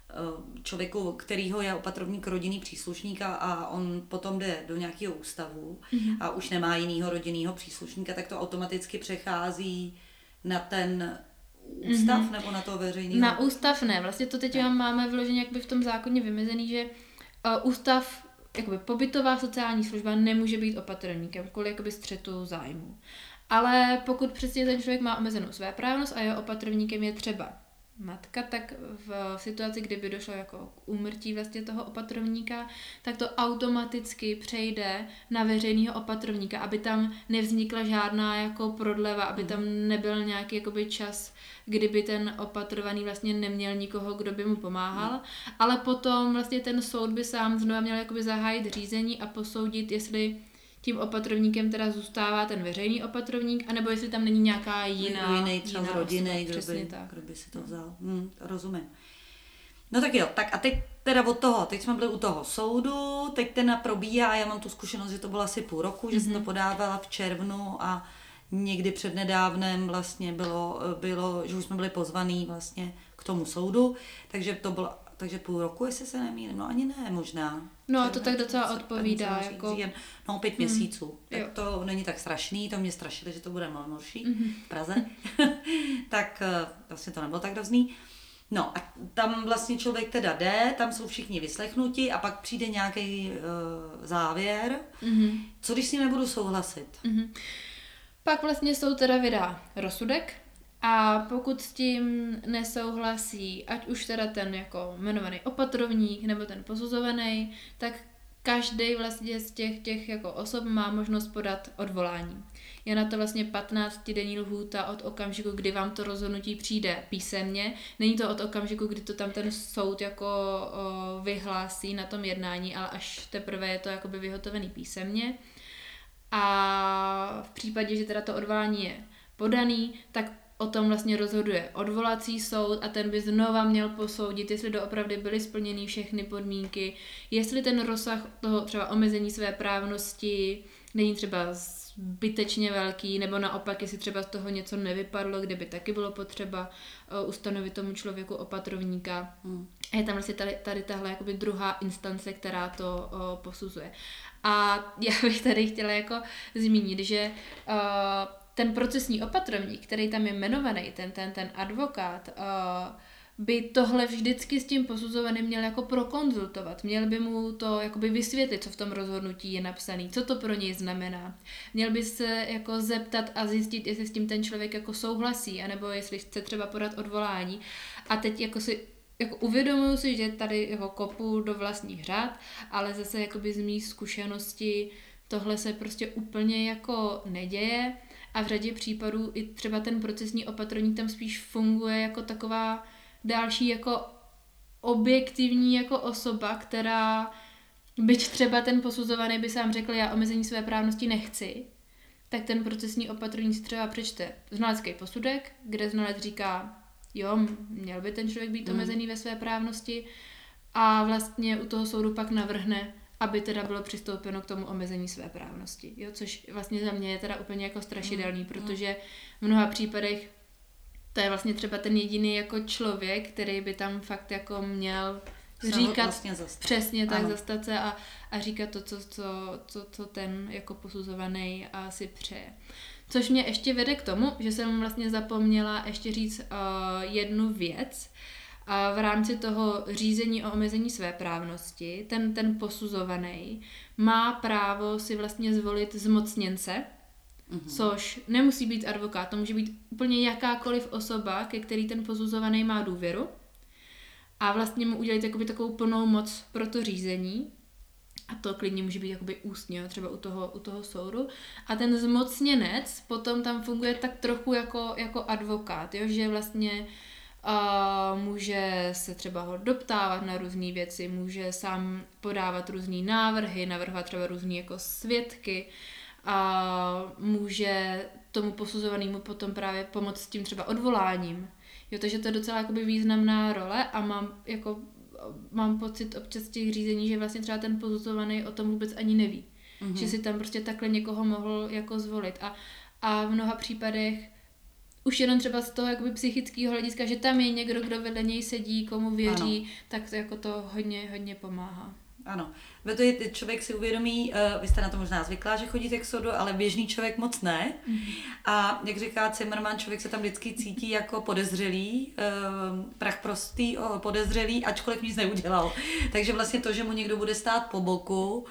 člověku, kterýho je opatrovník rodinný příslušník a, a on potom jde do nějakého ústavu mm-hmm. a už nemá jinýho rodinného příslušníka, tak to automaticky přechází na ten ústav mm-hmm. nebo na toho veřejného? Na ústav ne, vlastně to teď ne. máme vyloženě jakby v tom zákoně vymezený, že uh, ústav, jakoby pobytová sociální služba nemůže být opatrovníkem kvůli jakoby střetu zájmu. Ale pokud přesně ten člověk má omezenou svéprávnost a jeho opatrovníkem je třeba matka, tak v situaci, kdyby došlo jako k úmrtí vlastně toho opatrovníka, tak to automaticky přejde na veřejného opatrovníka, aby tam nevznikla žádná jako prodleva, aby tam nebyl nějaký jakoby čas, kdyby ten opatrovaný vlastně neměl nikoho, kdo by mu pomáhal, ale potom vlastně ten soud by sám znovu měl jakoby zahájit řízení a posoudit, jestli tím opatrovníkem teda zůstává ten veřejný opatrovník, anebo jestli tam není nějaká jiná jiný třeba z rodiny, kdo by, kdo by si to vzal. Hmm, rozumím. No tak jo, tak a teď teda od toho, teď jsme byli u toho soudu, teď teda probíhá, já mám tu zkušenost, že to bylo asi půl roku, mm-hmm. že jsem to podávala v červnu a někdy přednedávnem vlastně bylo, bylo, že už jsme byli pozvaný vlastně k tomu soudu, takže to bylo takže půl roku, jestli se nemýlím, no ani ne, možná. No a to tak docela odpovídá. Jako... No pět hmm. měsíců, tak jo. To není tak strašný, to mě strašili, že to bude mnohem horší mm-hmm. v Praze, tak vlastně to nebylo tak hrozný. No a tam vlastně člověk teda jde, tam jsou všichni vyslechnuti a pak přijde nějaký uh, závěr, mm-hmm. co když s ním nebudu souhlasit? Mm-hmm. Pak vlastně soud teda vydá rozsudek, a pokud s tím nesouhlasí, ať už teda ten jako jmenovaný opatrovník nebo ten posuzovaný, tak každý vlastně z těch, těch jako osob má možnost podat odvolání. Je na to vlastně patnáctidenní lhůta od okamžiku, kdy vám to rozhodnutí přijde písemně. Není to od okamžiku, kdy to tam ten soud jako o, vyhlásí na tom jednání, ale až teprve je to jakoby vyhotovený písemně. A v případě, že teda to odvolání je podaný, tak o tom vlastně rozhoduje odvolací soud a ten by znova měl posoudit, jestli doopravdy byly splněny všechny podmínky, jestli ten rozsah toho třeba omezení své právnosti není třeba zbytečně velký, nebo naopak, jestli třeba z toho něco nevypadlo, kde by taky bylo potřeba uh, ustanovit tomu člověku opatrovníka. Hmm. A je tam vlastně tady, tady tahle jakoby druhá instance, která to uh, posuzuje. A já bych tady chtěla jako zmínit, že uh, ten procesní opatrovník, který tam je jmenovaný, ten, ten, ten advokát, uh, by tohle vždycky s tím posuzovaným měl jako prokonzultovat. Měl by mu to jakoby vysvětlit, co v tom rozhodnutí je napsané, co to pro něj znamená. Měl by se jako zeptat a zjistit, jestli s tím ten člověk jako souhlasí, anebo jestli chce třeba podat odvolání. A teď jako si jako uvědomuji si, že tady jako kopu do vlastních řád, ale zase jakoby z mých zkušeností tohle se prostě úplně jako neděje. A v řadě případů i třeba ten procesní opatrovník tam spíš funguje jako taková další jako objektivní jako osoba, která byť třeba ten posuzovaný by sám řekl, já omezení své právnosti nechci, tak ten procesní opatrovník si třeba přečte znalecký posudek, kde znalec říká, jo, měl by ten člověk být omezený ve své právnosti a vlastně u toho soudu pak navrhne, aby teda bylo přistoupeno k tomu omezení své právnosti. Jo? Což vlastně za mě je teda úplně jako strašidelný, protože v mnoha případech to je vlastně třeba ten jediný jako člověk, který by tam fakt jako měl říkat vlastně přesně tak, zastat se a, a říkat to, co, co, co, co ten jako posuzovaný si přeje. Což mě ještě vede k tomu, že jsem vlastně zapomněla ještě říct uh, jednu věc. A v rámci toho řízení o omezení své právnosti ten, ten posuzovaný má právo si vlastně zvolit zmocněnce, mm-hmm. což nemusí být advokát, to může být úplně jakákoliv osoba, ke který ten posuzovaný má důvěru a vlastně mu udělit jakoby takovou plnou moc pro to řízení a to klidně může být jakoby ústně, třeba u toho, u toho soudu. A ten zmocněnec potom tam funguje tak trochu jako, jako advokát, jo? Že vlastně a může se třeba ho doptávat na různé věci, může sám podávat různé návrhy, navrhovat třeba různé jako svědky a může tomu posuzovanému potom právě pomoct s tím třeba odvoláním. Jo, takže to je docela jakoby významná role a mám, jako, mám pocit občas těch řízení, že vlastně třeba ten posuzovaný o tom vůbec ani neví. Mm-hmm. Že si tam prostě takhle někoho mohl jako zvolit. A, a v mnoha případech už jenom třeba z toho jakoby psychického hlediska, že tam je někdo, kdo vedle něj sedí, komu věří, ano. tak to jako to hodně, hodně pomáhá. Ano, to je, člověk si uvědomí, uh, vy jste na to možná zvyklá, že chodíte k soudu, ale běžný člověk moc ne. Mm-hmm. A jak říká Zimmerman, člověk se tam vždycky cítí jako podezřelý, uh, prach prostý, uh, podezřelý, ačkoliv nic neudělal. Takže vlastně to, že mu někdo bude stát po boku,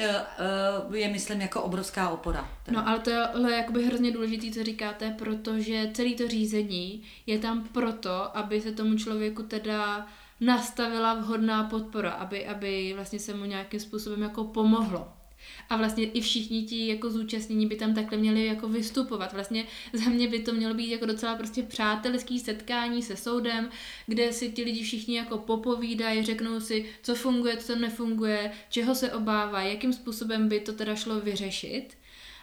je, myslím, jako obrovská opora. Teda. No, ale to je ale jakoby hrozně důležitý, co říkáte, protože celé to řízení je tam proto, aby se tomu člověku teda nastavila vhodná podpora, aby, aby vlastně se mu nějakým způsobem jako pomohlo. A vlastně i všichni ti jako zúčastnění by tam takhle měli jako vystupovat. Vlastně za mě by to mělo být jako docela prostě přátelský setkání se soudem, kde si ti lidi všichni jako popovídají, řeknou si, co funguje, co nefunguje, čeho se obávají, jakým způsobem by to teda šlo vyřešit.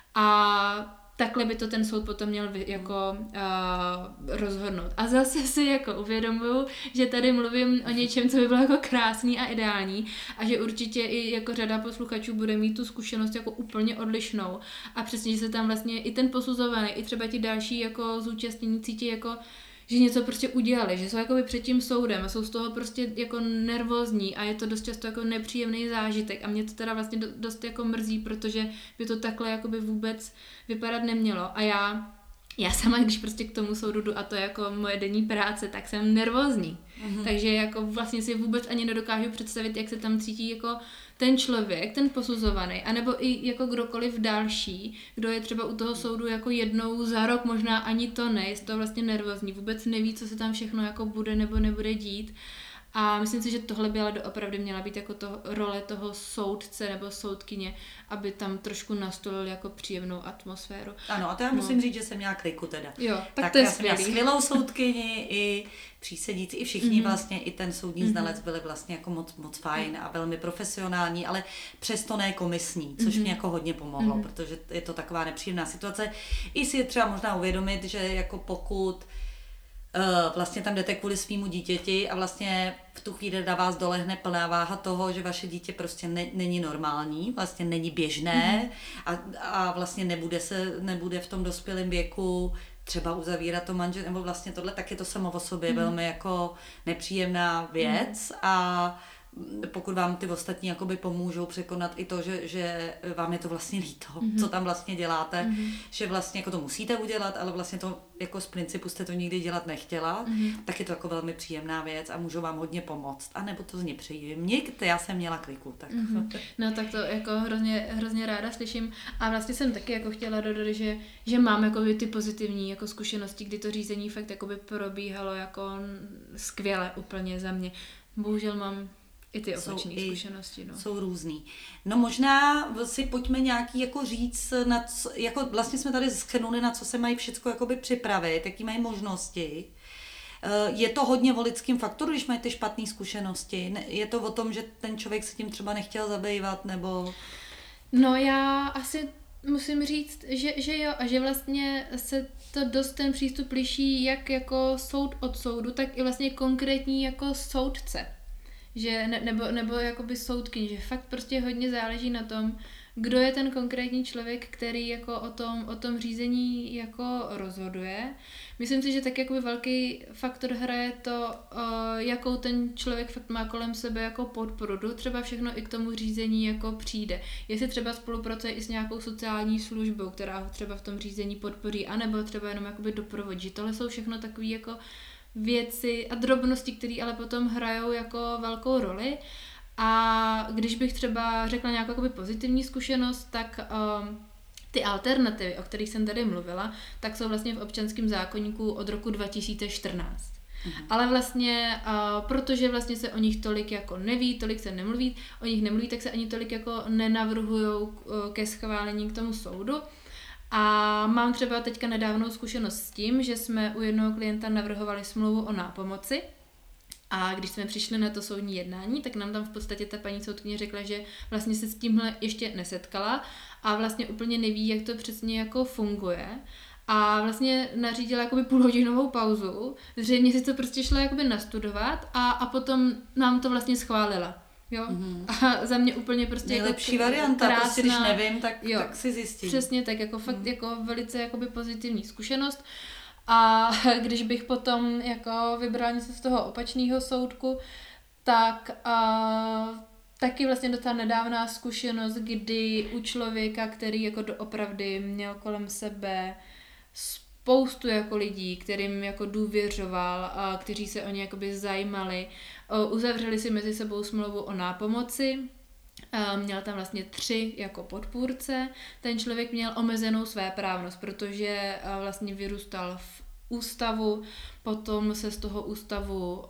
A takhle by to ten soud potom měl jako uh, rozhodnout. A zase si jako uvědomuju, že tady mluvím o něčem, co by bylo jako krásný a ideální a že určitě i jako řada posluchačů bude mít tu zkušenost jako úplně odlišnou. A přesně, že se tam vlastně i ten posuzovaný, i třeba ti další jako zúčastnění cítí jako že něco prostě udělali, že jsou jakoby před tím soudem a jsou z toho prostě jako nervózní a je to dost často jako nepříjemný zážitek a mě to teda vlastně dost jako mrzí, protože by to takhle jakoby vůbec vypadat nemělo a já Já sama, když prostě k tomu soudu jdu a to je jako moje denní práce, tak jsem nervózní. Mm-hmm. Takže jako vlastně si vůbec ani nedokážu představit, jak se tam cítí jako ten člověk, ten posuzovaný, anebo i jako kdokoliv další, kdo je třeba u toho soudu jako jednou za rok, možná ani to ne, je to vlastně nervózní, vůbec neví, co se tam všechno jako bude nebo nebude dít. A myslím si, že tohle by ale doopravdy měla být jako to role toho soudce nebo soudkyně, aby tam trošku nastolil jako příjemnou atmosféru. Ano, a to já no. musím říct, že jsem měla kliku teda. Jo, tak, tak to je já jsem měla skvělý. skvělou soudkyni, i přísedící, i všichni mm-hmm. vlastně, i ten soudní mm-hmm. znalec byli vlastně jako moc, moc fajn a velmi profesionální, ale přesto ne komisní, což mm-hmm. mě jako hodně pomohlo, mm-hmm. protože je to taková nepříjemná situace. I si je třeba možná uvědomit, že jako pokud vlastně tam jdete kvůli svýmu dítěti a vlastně v tu chvíli na vás dolehne plná váha toho, že vaše dítě prostě ne, není normální, vlastně není běžné mm-hmm. a, a vlastně nebude se, nebude v tom dospělém věku třeba uzavírat to manžel, nebo vlastně tohle, tak je to samo o sobě mm-hmm. velmi jako nepříjemná věc mm-hmm. a pokud vám ty ostatní jakoby pomůžou překonat i to, že, že vám je to vlastně líto, mm-hmm. co tam vlastně děláte, mm-hmm. že vlastně jako to musíte udělat, ale vlastně to jako z principu jste to nikdy dělat nechtěla, mm-hmm. tak je to jako velmi příjemná věc a můžou vám hodně pomoct. A nebo to z ní přeji. Mě, já jsem měla kliku, tak. Mm-hmm. No tak to jako hrozně, hrozně ráda slyším a vlastně jsem taky jako chtěla dodat, že, že mám jako ty pozitivní jako zkušenosti, kdy to řízení fakt jako by probíhalo jako skvěle úplně za mě. Bohužel mám i ty opačné zkušenosti. No. Jsou různý. No možná si pojďme nějaký jako říct, na co, jako vlastně jsme tady shrnuli, na co se mají všecko jakoby připravit, jaký mají možnosti. Je to hodně o lidským faktoru, když mají ty špatné zkušenosti? Je to o tom, že ten člověk se tím třeba nechtěl zabývat, nebo... No já asi musím říct, že, že jo, a že vlastně se to dost ten přístup liší jak jako soud od soudu, tak i vlastně konkrétní jako soudce. Že ne, nebo, nebo jakoby soudkyně, že fakt prostě hodně záleží na tom, kdo je ten konkrétní člověk, který jako o tom, o tom řízení jako rozhoduje. Myslím si, že tak jakoby velký faktor hraje to, uh, jakou ten člověk fakt má kolem sebe jako podporu. Kdo třeba všechno i k tomu řízení jako přijde. Jestli třeba spolupracuje i s nějakou sociální službou, která ho třeba v tom řízení podpoří, anebo třeba jenom jakoby doprovodí. Tohle jsou všechno takové jako věci a drobnosti, které ale potom hrajou jako velkou roli. A když bych třeba řekla nějakou jakoby pozitivní zkušenost, tak um, ty alternativy, o kterých jsem tady mluvila, tak jsou vlastně v občanském zákoníku od roku dva tisíce čtrnáct. Mhm. Ale vlastně, uh, protože vlastně se o nich tolik jako neví, tolik se nemluví, o nich nemluví, tak se ani tolik jako nenavrhujou uh, ke schválení k tomu soudu. A mám třeba teďka nedávnou zkušenost s tím, že jsme u jednoho klienta navrhovali smlouvu o nápomoci a když jsme přišli na to soudní jednání, tak nám tam v podstatě ta paní soudkyně řekla, že vlastně se s tímhle ještě nesetkala a vlastně úplně neví, jak to přesně jako funguje. A vlastně nařídila jakoby půlhodinovou pauzu, zřejmě si to prostě šla jakoby nastudovat a, a potom nám to vlastně schválila. Jo? Mm-hmm. A za mě úplně prostě nejlepší jako varianta, krásná, prostě když nevím, tak, jo, tak si zjistím. Přesně tak, jako fakt mm. jako velice jakoby pozitivní zkušenost. A když bych potom jako vybrala něco z toho opačného soudku, tak uh, taky vlastně docela nedávná zkušenost, kdy u člověka, který jako doopravdy měl kolem sebe spoustu jako lidí, kterým jako důvěřoval a kteří se o ně jakoby zajímali, uzavřeli si mezi sebou smlouvu o nápomoci, měl tam vlastně tři jako podpůrce, ten člověk měl omezenou svéprávnost, protože vlastně vyrůstal v ústavu, potom se z toho ústavu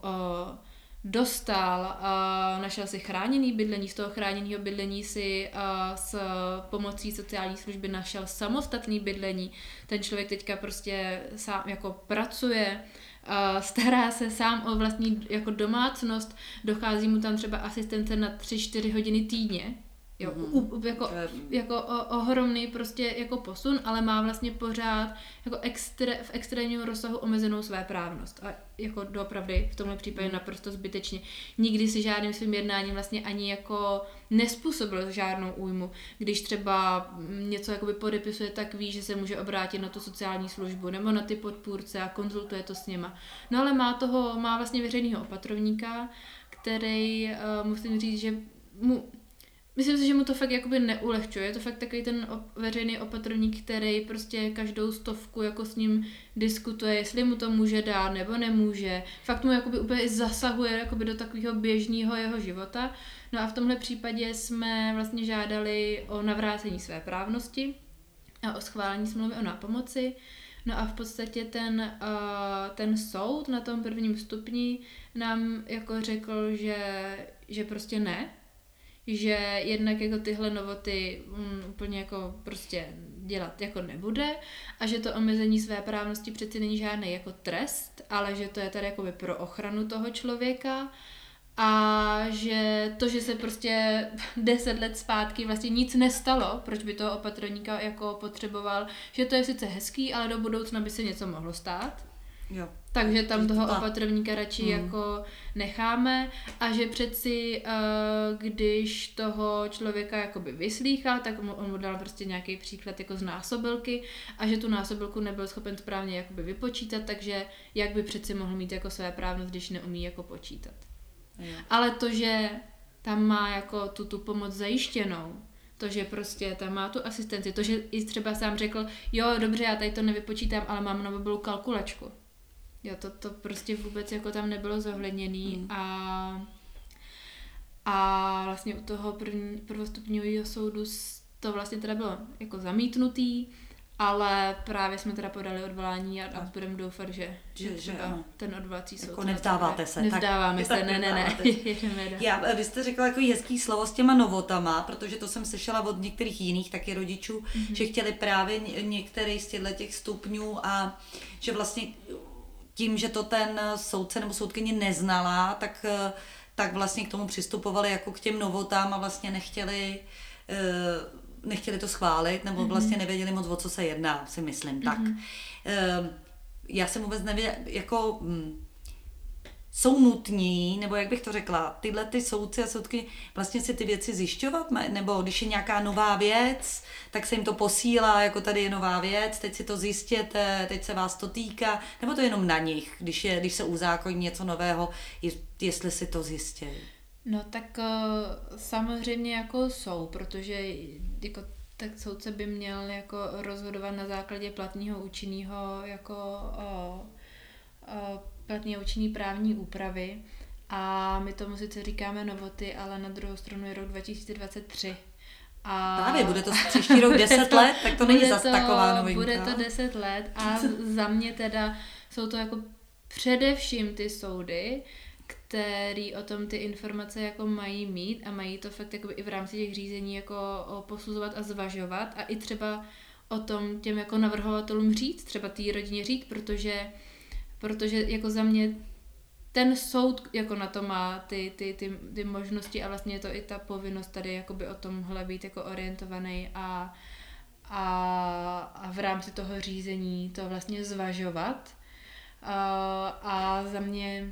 dostal, našel si chráněný bydlení, z toho chráněného bydlení si s pomocí sociální služby našel samostatný bydlení. Ten člověk teďka prostě sám jako pracuje, stará se sám o vlastní jako domácnost, dochází mu tam třeba asistence na tři čtyři hodiny týdně. Jo, mm-hmm. u, jako, jako o, ohromný prostě jako posun, ale má vlastně pořád jako extré, v extrémním rozsahu omezenou svéprávnost. A jako doopravdy v tomhle případě naprosto zbytečně. Nikdy si žádným svým jednáním vlastně ani jako nespůsobil žádnou újmu. Když třeba něco jakoby podepisuje, tak ví, že se může obrátit na tu sociální službu nebo na ty podpůrce a konzultuje to s něma. No ale má toho, má vlastně veřejného opatrovníka, který uh, musím říct, že mu myslím si, že mu to fakt jakoby neulehčuje, je to fakt takový ten op- veřejný opatrovník, který prostě každou stovku jako s ním diskutuje, jestli mu to může dát nebo nemůže. Fakt mu jakoby úplně zasahuje jakoby do takového běžného jeho života. No a v tomhle případě jsme vlastně žádali o navrácení své právnosti a o schválení smlouvy o nápomoci. No a v podstatě ten, uh, ten soud na tom prvním stupni nám jako řekl, že, že prostě ne, že jednak jako tyhle novoty um, úplně jako prostě dělat jako nebude a že to omezení své právnosti přeci není žádný jako trest, ale že to je tady jakoby pro ochranu toho člověka a že to, že se prostě deset let zpátky vlastně nic nestalo, proč by toho opatrovníka jako potřeboval, že to je sice hezký, ale do budoucna by se něco mohlo stát. Jo. Takže tam toho opatrovníka radši hmm. jako necháme a že přeci, uh, když toho člověka jakoby vyslýchá, tak mu, on mu dal prostě nějaký příklad jako z násobilky a že tu násobilku nebyl schopen správně jakoby vypočítat, takže jak by přeci mohl mít jako své právnost, když neumí jako počítat. Jo. Ale to, že tam má jako tu, tu pomoc zajištěnou, to, že prostě tam má tu asistenci, to, že i třeba sám řekl, jo, dobře, já tady to nevypočítám, ale mám na mobilu kalkulačku. Jo, to, to prostě vůbec jako tam nebylo zohledněný mm. a, a vlastně u toho první, prvostupňového soudu to vlastně teda bylo jako zamítnutý, ale právě jsme teda podali odvolání a, a budeme doufat, že, že, že třeba že, ten odvolací soud... Jako nevzdáváte se. Nevzdáváme tak, se, ne, ne, ne. Já, vy jste řekla jako hezký slovo s těma novotama, protože to jsem slyšela od některých jiných taky rodičů, mm-hmm. že chtěli právě některý z těchto těch stupňů a že vlastně tím, že to ten soudce nebo soudkyně neznala, tak, tak vlastně k tomu přistupovali jako k těm novotám a vlastně nechtěli, nechtěli to schválit, nebo vlastně nevěděli moc, o co se jedná, si myslím. Tak. Já jsem vůbec nevěděla, jako jsou nutní, nebo jak bych to řekla, tyhle ty soudci a soudky vlastně si ty věci zjišťovat, nebo když je nějaká nová věc, tak se jim to posílá, jako tady je nová věc, teď si to zjistěte, teď se vás to týká, nebo to je jenom na nich, když, je, když se uzákoní něco nového, jestli si to zjistí. No tak uh, samozřejmě jako jsou, protože jako tak soudce by měl jako rozhodovat na základě platného účinného jako uh, uh, platně účinný právní úpravy a my tomu sice říkáme novoty, ale na druhou stranu je rok dva tisíce dvacet tři. A právě, bude to příští rok deset let, tak to není zas taková novinka. Bude to deset let a za mě teda jsou to jako především ty soudy, který o tom ty informace jako mají mít a mají to fakt jako i v rámci těch řízení jako posuzovat a zvažovat a i třeba o tom těm jako navrhovatelům říct, třeba té rodině říct, protože protože jako za mě ten soud jako na to má ty, ty, ty, ty možnosti a vlastně je to i ta povinnost tady jakoby o tomhle být jako orientovaný a, a, a v rámci toho řízení to vlastně zvažovat. A, a za mě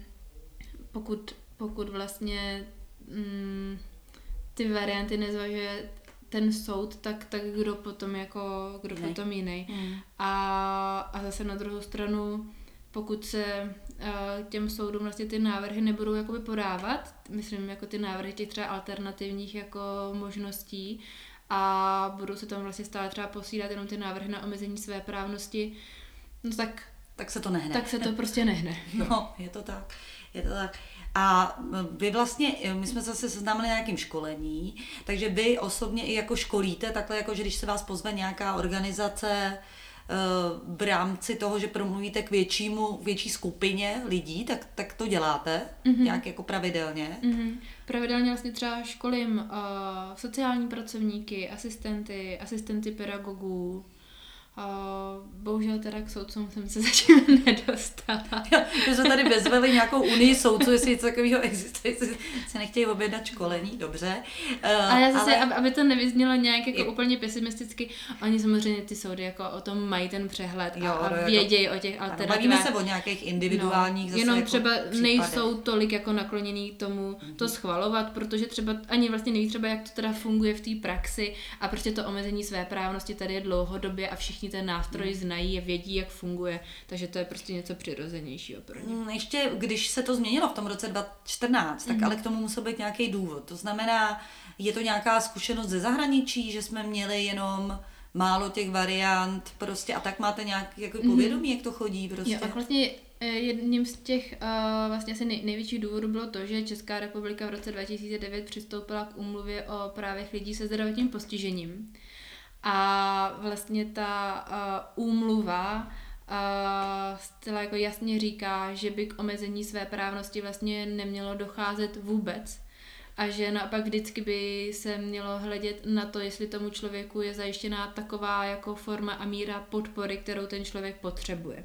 pokud, pokud vlastně mm, ty varianty nezvažuje ten soud, tak, tak kdo potom jako, kdo ne. potom jiný. Mm. A, a zase na druhou stranu, pokud se uh, těm soudům vlastně ty návrhy nebudou jakoby podávat, myslím jako ty návrhy těch třeba alternativních jako možností, a budou se tam vlastně stále třeba posílat jenom ty návrhy na omezení své právnosti, no tak, tak se to nehne. Tak se to prostě nehne. No, je to tak. Je to tak. A vy vlastně, my jsme zase seznámili na nějakým školení, takže vy osobně i jako školíte, takhle jako, že když se vás pozve nějaká organizace v rámci toho, že promluvíte k většímu, větší skupině lidí, tak, tak to děláte mm-hmm. nějak jako pravidelně? Mm-hmm. Pravidelně vlastně třeba školím uh, sociální pracovníky, asistenty, asistenty pedagogů. Uh, bohužel teda k soudcům jsem se zatím nedostala. Jo, že jsme tady bezveli nějakou unii soudců, jestli něco takového existuje, jestli se nechtějí objednat školení, dobře. Uh, ale já zase, ale... aby to nevyznělo nějak jako je... úplně pesimisticky, oni samozřejmě ty soudy jako o tom mají ten přehled a, jo, a jako... vědějí o těch alternativách. Bavíme se o nějakých individuálních no, zase jenom jako třeba případech. Nejsou tolik jako nakloněný tomu mm-hmm. to schvalovat, protože třeba ani vlastně neví třeba, jak to teda funguje v té praxi a prostě to omezení své právnosti tady je dlouhodobě a všichni ten nástroj znají a vědí, jak funguje, takže to je prostě něco přirozenějšího pro ně. Ještě když se to změnilo v tom roce dva tisíce čtrnáct, tak mm. ale k tomu musel být nějaký důvod. To znamená, je to nějaká zkušenost ze zahraničí, že jsme měli jenom málo těch variant prostě a tak máte nějaký jako povědomí, mm. jak to chodí prostě. Jo, a vlastně jedním z těch uh, vlastně asi nej, největších důvodů bylo to, že Česká republika v roce dva tisíce devět přistoupila k úmluvě o právech lidí se zdravotním postižením. A vlastně ta uh, úmluva uh, zcela jako jasně říká, že by k omezení své právnosti vlastně nemělo docházet vůbec. A že naopak vždycky by se mělo hledět na to, jestli tomu člověku je zajištěná taková jako forma a míra podpory, kterou ten člověk potřebuje.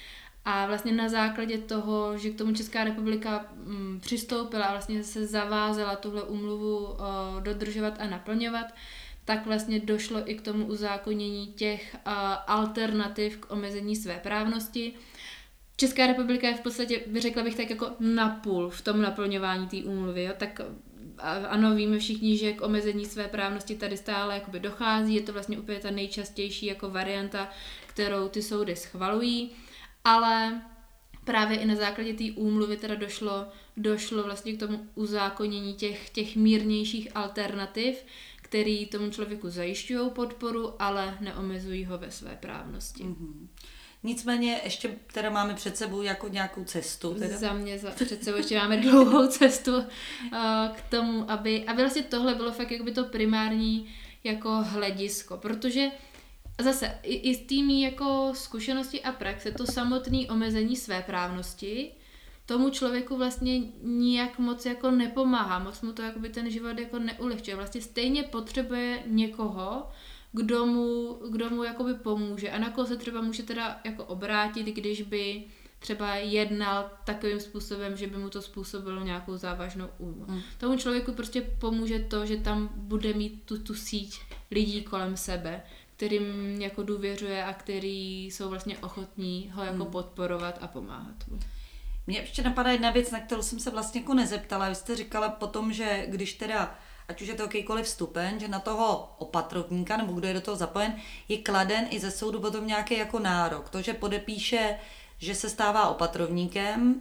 A vlastně na základě toho, že k tomu Česká republika mm, přistoupila a vlastně se zavázala tuhle úmluvu uh, dodržovat a naplňovat, tak vlastně došlo i k tomu uzákonění těch uh, alternativ k omezení své právnosti. Česká republika je v podstatě, řekla bych tak jako napůl v tom naplňování té úmluvy, jo? Tak ano, víme všichni, že k omezení své právnosti tady stále jakoby dochází, je to vlastně úplně ta nejčastější jako varianta, kterou ty soudy schvalují, ale právě i na základě té úmluvy teda došlo, došlo vlastně k tomu uzákonění těch, těch mírnějších alternativ, který tomu člověku zajišťují podporu, ale neomezují ho ve své právnosti. Mm-hmm. Nicméně ještě teda máme před sebou jako nějakou cestu. Teda. Za mě za, před sebou ještě máme dlouhou cestu uh, k tomu, aby, aby vlastně tohle bylo fakt jakoby to primární jako hledisko, protože zase i, i z tými jako zkušenosti a praxe to samotné omezení své právnosti tomu člověku vlastně nijak moc jako nepomáhá, moc mu to jakoby ten život jako neulehčuje. Vlastně stejně potřebuje někoho, kdo mu, kdo mu jakoby pomůže a na koho se třeba může teda jako obrátit, když by třeba jednal takovým způsobem, že by mu to způsobilo nějakou závažnou újmu. Hmm. Tomu člověku prostě pomůže to, že tam bude mít tu, tu síť lidí kolem sebe, kterým jako důvěřuje a který jsou vlastně ochotní ho jako hmm. podporovat a pomáhat mu. Mně ještě napadá jedna věc, na kterou jsem se vlastně jako nezeptala. Vy jste říkala potom, že když teda, ať už je to jakýkoliv stupeň, že na toho opatrovníka, nebo kdo je do toho zapojen, je kladen i ze soudu potom nějaký jako nárok. To, že podepíše, že se stává opatrovníkem,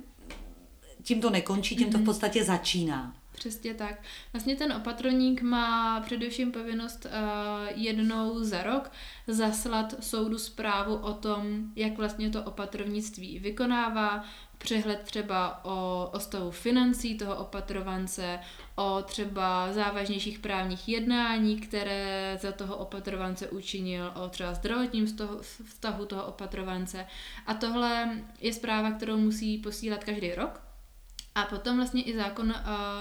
tím to nekončí, tím to v podstatě začíná. Přesně tak. Vlastně ten opatrovník má především povinnost uh, jednou za rok zaslat soudu zprávu o tom, jak vlastně to opatrovnictví vykonává, přehled třeba o, o stavu financí toho opatrovance, o třeba závažnějších právních jednání, které za toho opatrovance učinil, o třeba zdravotním vztahu toho opatrovance. A tohle je zpráva, kterou musí posílat každý rok. A potom vlastně i zákon uh,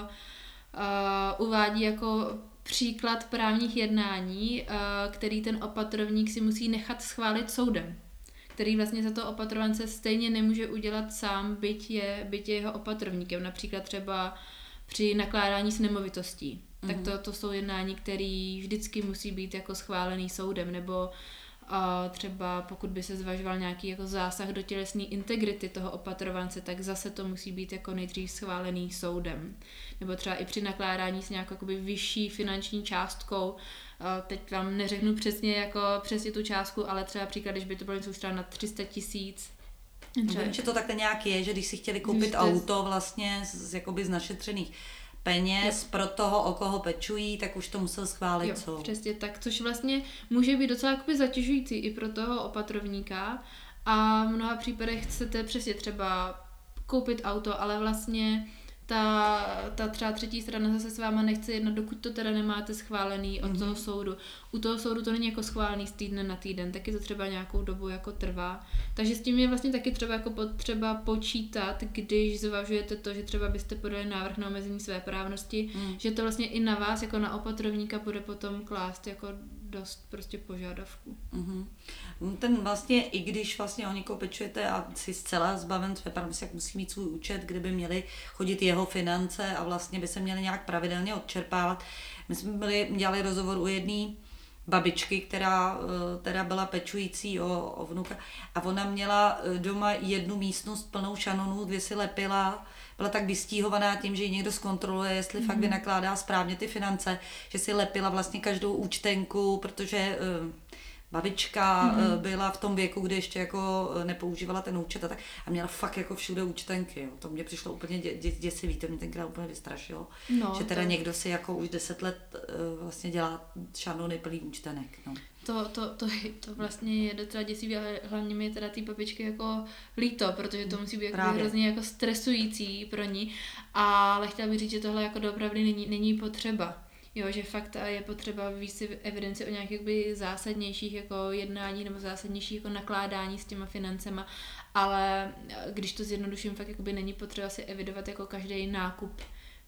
uh, uvádí jako příklad právních jednání, uh, který ten opatrovník si musí nechat schválit soudem, který vlastně za to opatrovance stejně nemůže udělat sám, byť je, byť je jeho opatrovníkem. Například třeba při nakládání s nemovitostí. Mm-hmm. Tak to, to jsou jednání, které vždycky musí být jako schválený soudem, nebo A třeba pokud by se zvažoval nějaký jako zásah do tělesné integrity toho opatrovance, tak zase to musí být jako nejdřív schválený soudem. Nebo třeba i při nakládání s nějakou jakoby vyšší finanční částkou. A teď vám neřeknu přesně jako přesně tu částku, ale třeba příklad, když by to bylo něco třeba na tři sta tisíc. Vím, že to takhle nějak je, že když si chtěli koupit to... auto vlastně z, jakoby z našetřených peněz jo. pro toho, o koho pečují, tak už to musel schválit. Jo, co? Přesně tak, což vlastně může být docela jakoby zatěžující i pro toho opatrovníka a v mnoha případech chcete přesně třeba koupit auto, ale vlastně ta, ta třeba třetí strana zase s váma nechce jednat, dokud to teda nemáte schválený od mm-hmm. toho soudu. U toho soudu to není jako schválený z týdne na týden, taky to třeba nějakou dobu jako trvá. Takže s tím je vlastně taky třeba jako potřeba počítat, když zvažujete to, že třeba byste podali návrh na omezení své právnosti, mm. že to vlastně i na vás, jako na opatrovníka, bude potom klást jako dost prostě požadavků. Mm-hmm. Ten vlastně, i když vlastně o někoho pečujete a si zcela zbaven své právnosti, jak musí mít svůj účet, kde by měly chodit jeho finance a vlastně by se měly nějak pravidelně odčerpávat. My jsme byli, dělali rozhovor u jedné babičky, která teda byla pečující o, o vnuka a ona měla doma jednu místnost plnou šanonů, dvě si lepila, byla tak vystíhovaná tím, že ji někdo zkontroluje, jestli mm-hmm. fakt vynakládá správně ty finance, že si lepila vlastně každou účtenku, protože uh, babička mm-hmm. uh, byla v tom věku, kdy ještě jako nepoužívala ten účet a tak a měla fakt jako všude účtenky. Jo. To mě přišlo úplně dě, dě, děsivý, to mě tenkrát úplně vystrašilo, no, že teda to... někdo si jako už deset let uh, vlastně dělá šanony plný účtenek. No. To, to, to, to vlastně je docela děsivý, ale hlavně mi je teda ty babičky jako líto, protože to musí být jako hrozně jako stresující pro ní, ale chtěla bych říct, že tohle jako doopravdy není, není potřeba. Jo, že fakt je potřeba víc si evidenci o nějakých jakoby zásadnějších jako jednání nebo zásadnějších jako nakládání s těma financema, ale když to zjednoduším, fakt jakoby není potřeba si evidovat jako každý nákup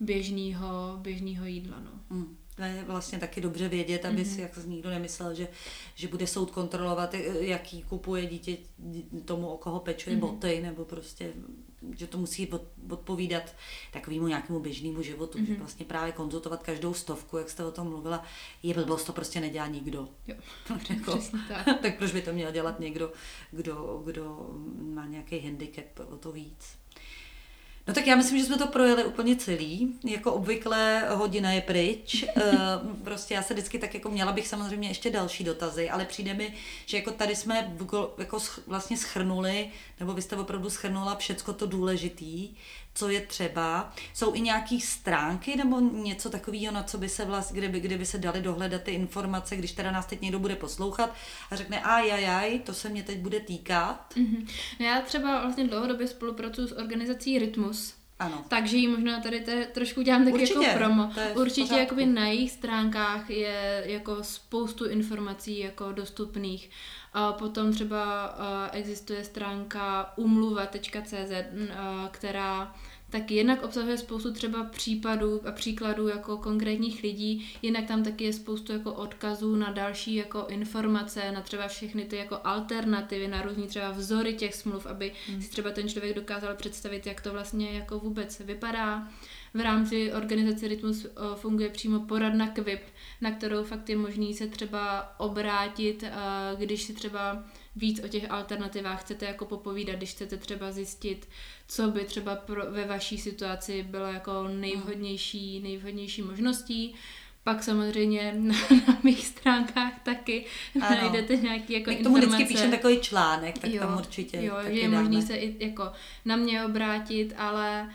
běžného běžného jídla. No. Mm. To je vlastně taky dobře vědět, aby mm-hmm. si jak nikdo nemyslel, že, že bude soud kontrolovat, jaký kupuje dítě tomu, o koho pečuje mm-hmm. boty, nebo prostě, že to musí odpovídat takovému nějakému běžnému životu, mm-hmm. že vlastně právě konzultovat každou stovku, jak jste o tom mluvila, je blbost, to prostě nedělá nikdo. Jo, jako, přesně tak. Tak proč by to měl dělat někdo, kdo, kdo má nějaký handicap o to víc. No tak já myslím, že jsme to projeli úplně celý. Jako obvykle hodina je pryč. Prostě já se vždycky tak jako měla bych samozřejmě ještě další dotazy, ale přijde mi, že jako tady jsme jako vlastně shrnuli, nebo vy jste opravdu shrnula všecko to důležitý, co je třeba. Jsou i nějaký stránky nebo něco takového, na co by se vlastně, kdyby, kdyby se dali dohledat ty informace, když teda nás teď někdo bude poslouchat a řekne ajajaj, to se mě teď bude týkat. Mm-hmm. Já třeba vlastně dlouhodobě spolupracuji s organizací Rytmus. Ano. Takže ji možná tady te, trošku dělám taky Určitě, jako promo. Určitě jakoby na jejich stránkách je jako spoustu informací jako dostupných. A potom třeba existuje stránka umluva tečka cé zet, která tak jednak obsahuje spoustu třeba případů a příkladů jako konkrétních lidí, jinak tam taky je spoustu jako odkazů na další jako informace, na třeba všechny ty jako alternativy, na různý třeba vzory těch smluv, aby hmm. si třeba ten člověk dokázal představit, jak to vlastně jako vůbec vypadá. V rámci organizace Rytmus funguje přímo poradna Q V I P, na kterou fakt je možný se třeba obrátit, když si třeba víc o těch alternativách chcete jako popovídat, když chcete třeba zjistit, co by třeba pro, ve vaší situaci bylo jako nejvhodnější, nejvhodnější možností. Pak samozřejmě na, na mých stránkách taky ano. najdete nějaké jako informace. My k tomu vždycky píšem takový článek, tak jo, tam určitě jo, taky že je dáme. možný se i jako na mě obrátit, ale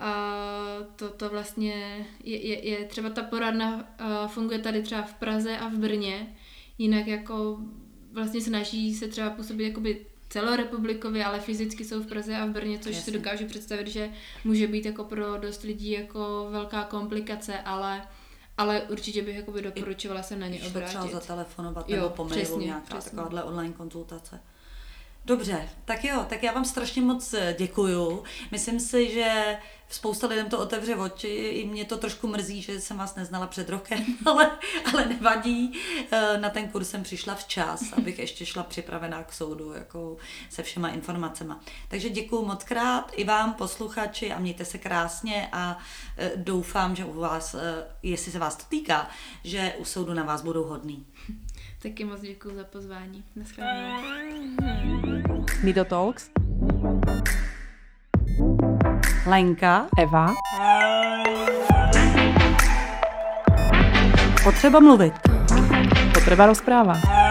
Uh, to, to vlastně je, je, je třeba ta poradna uh, funguje tady třeba v Praze a v Brně, jinak jako vlastně snaží se třeba působit jakoby celorepublikově, ale fyzicky jsou v Praze a v Brně, což Jasně. si dokážu představit, že může být jako pro dost lidí jako velká komplikace, ale ale určitě bych jakoby doporučovala se na ně obrátit. Třeba zatelefonovat nebo po mailu nějaká takováhle online konzultace. Dobře, tak jo, tak já vám strašně moc děkuju. Myslím si, že spousta lidem to otevře oči, i mě to trošku mrzí, že jsem vás neznala před rokem, ale, ale nevadí. Na ten kurz jsem přišla včas, abych ještě šla připravená k soudu jako se všema informacema. Takže děkuju moc krát i vám, posluchači, a mějte se krásně a doufám, že u vás, jestli se vás to týká, že u soudu na vás budou hodný. Taky moc děkuji za pozvání. Naschledanou. Nido Talks. Lenka. Eva. Potřeba mluvit. Potreba rozpráva.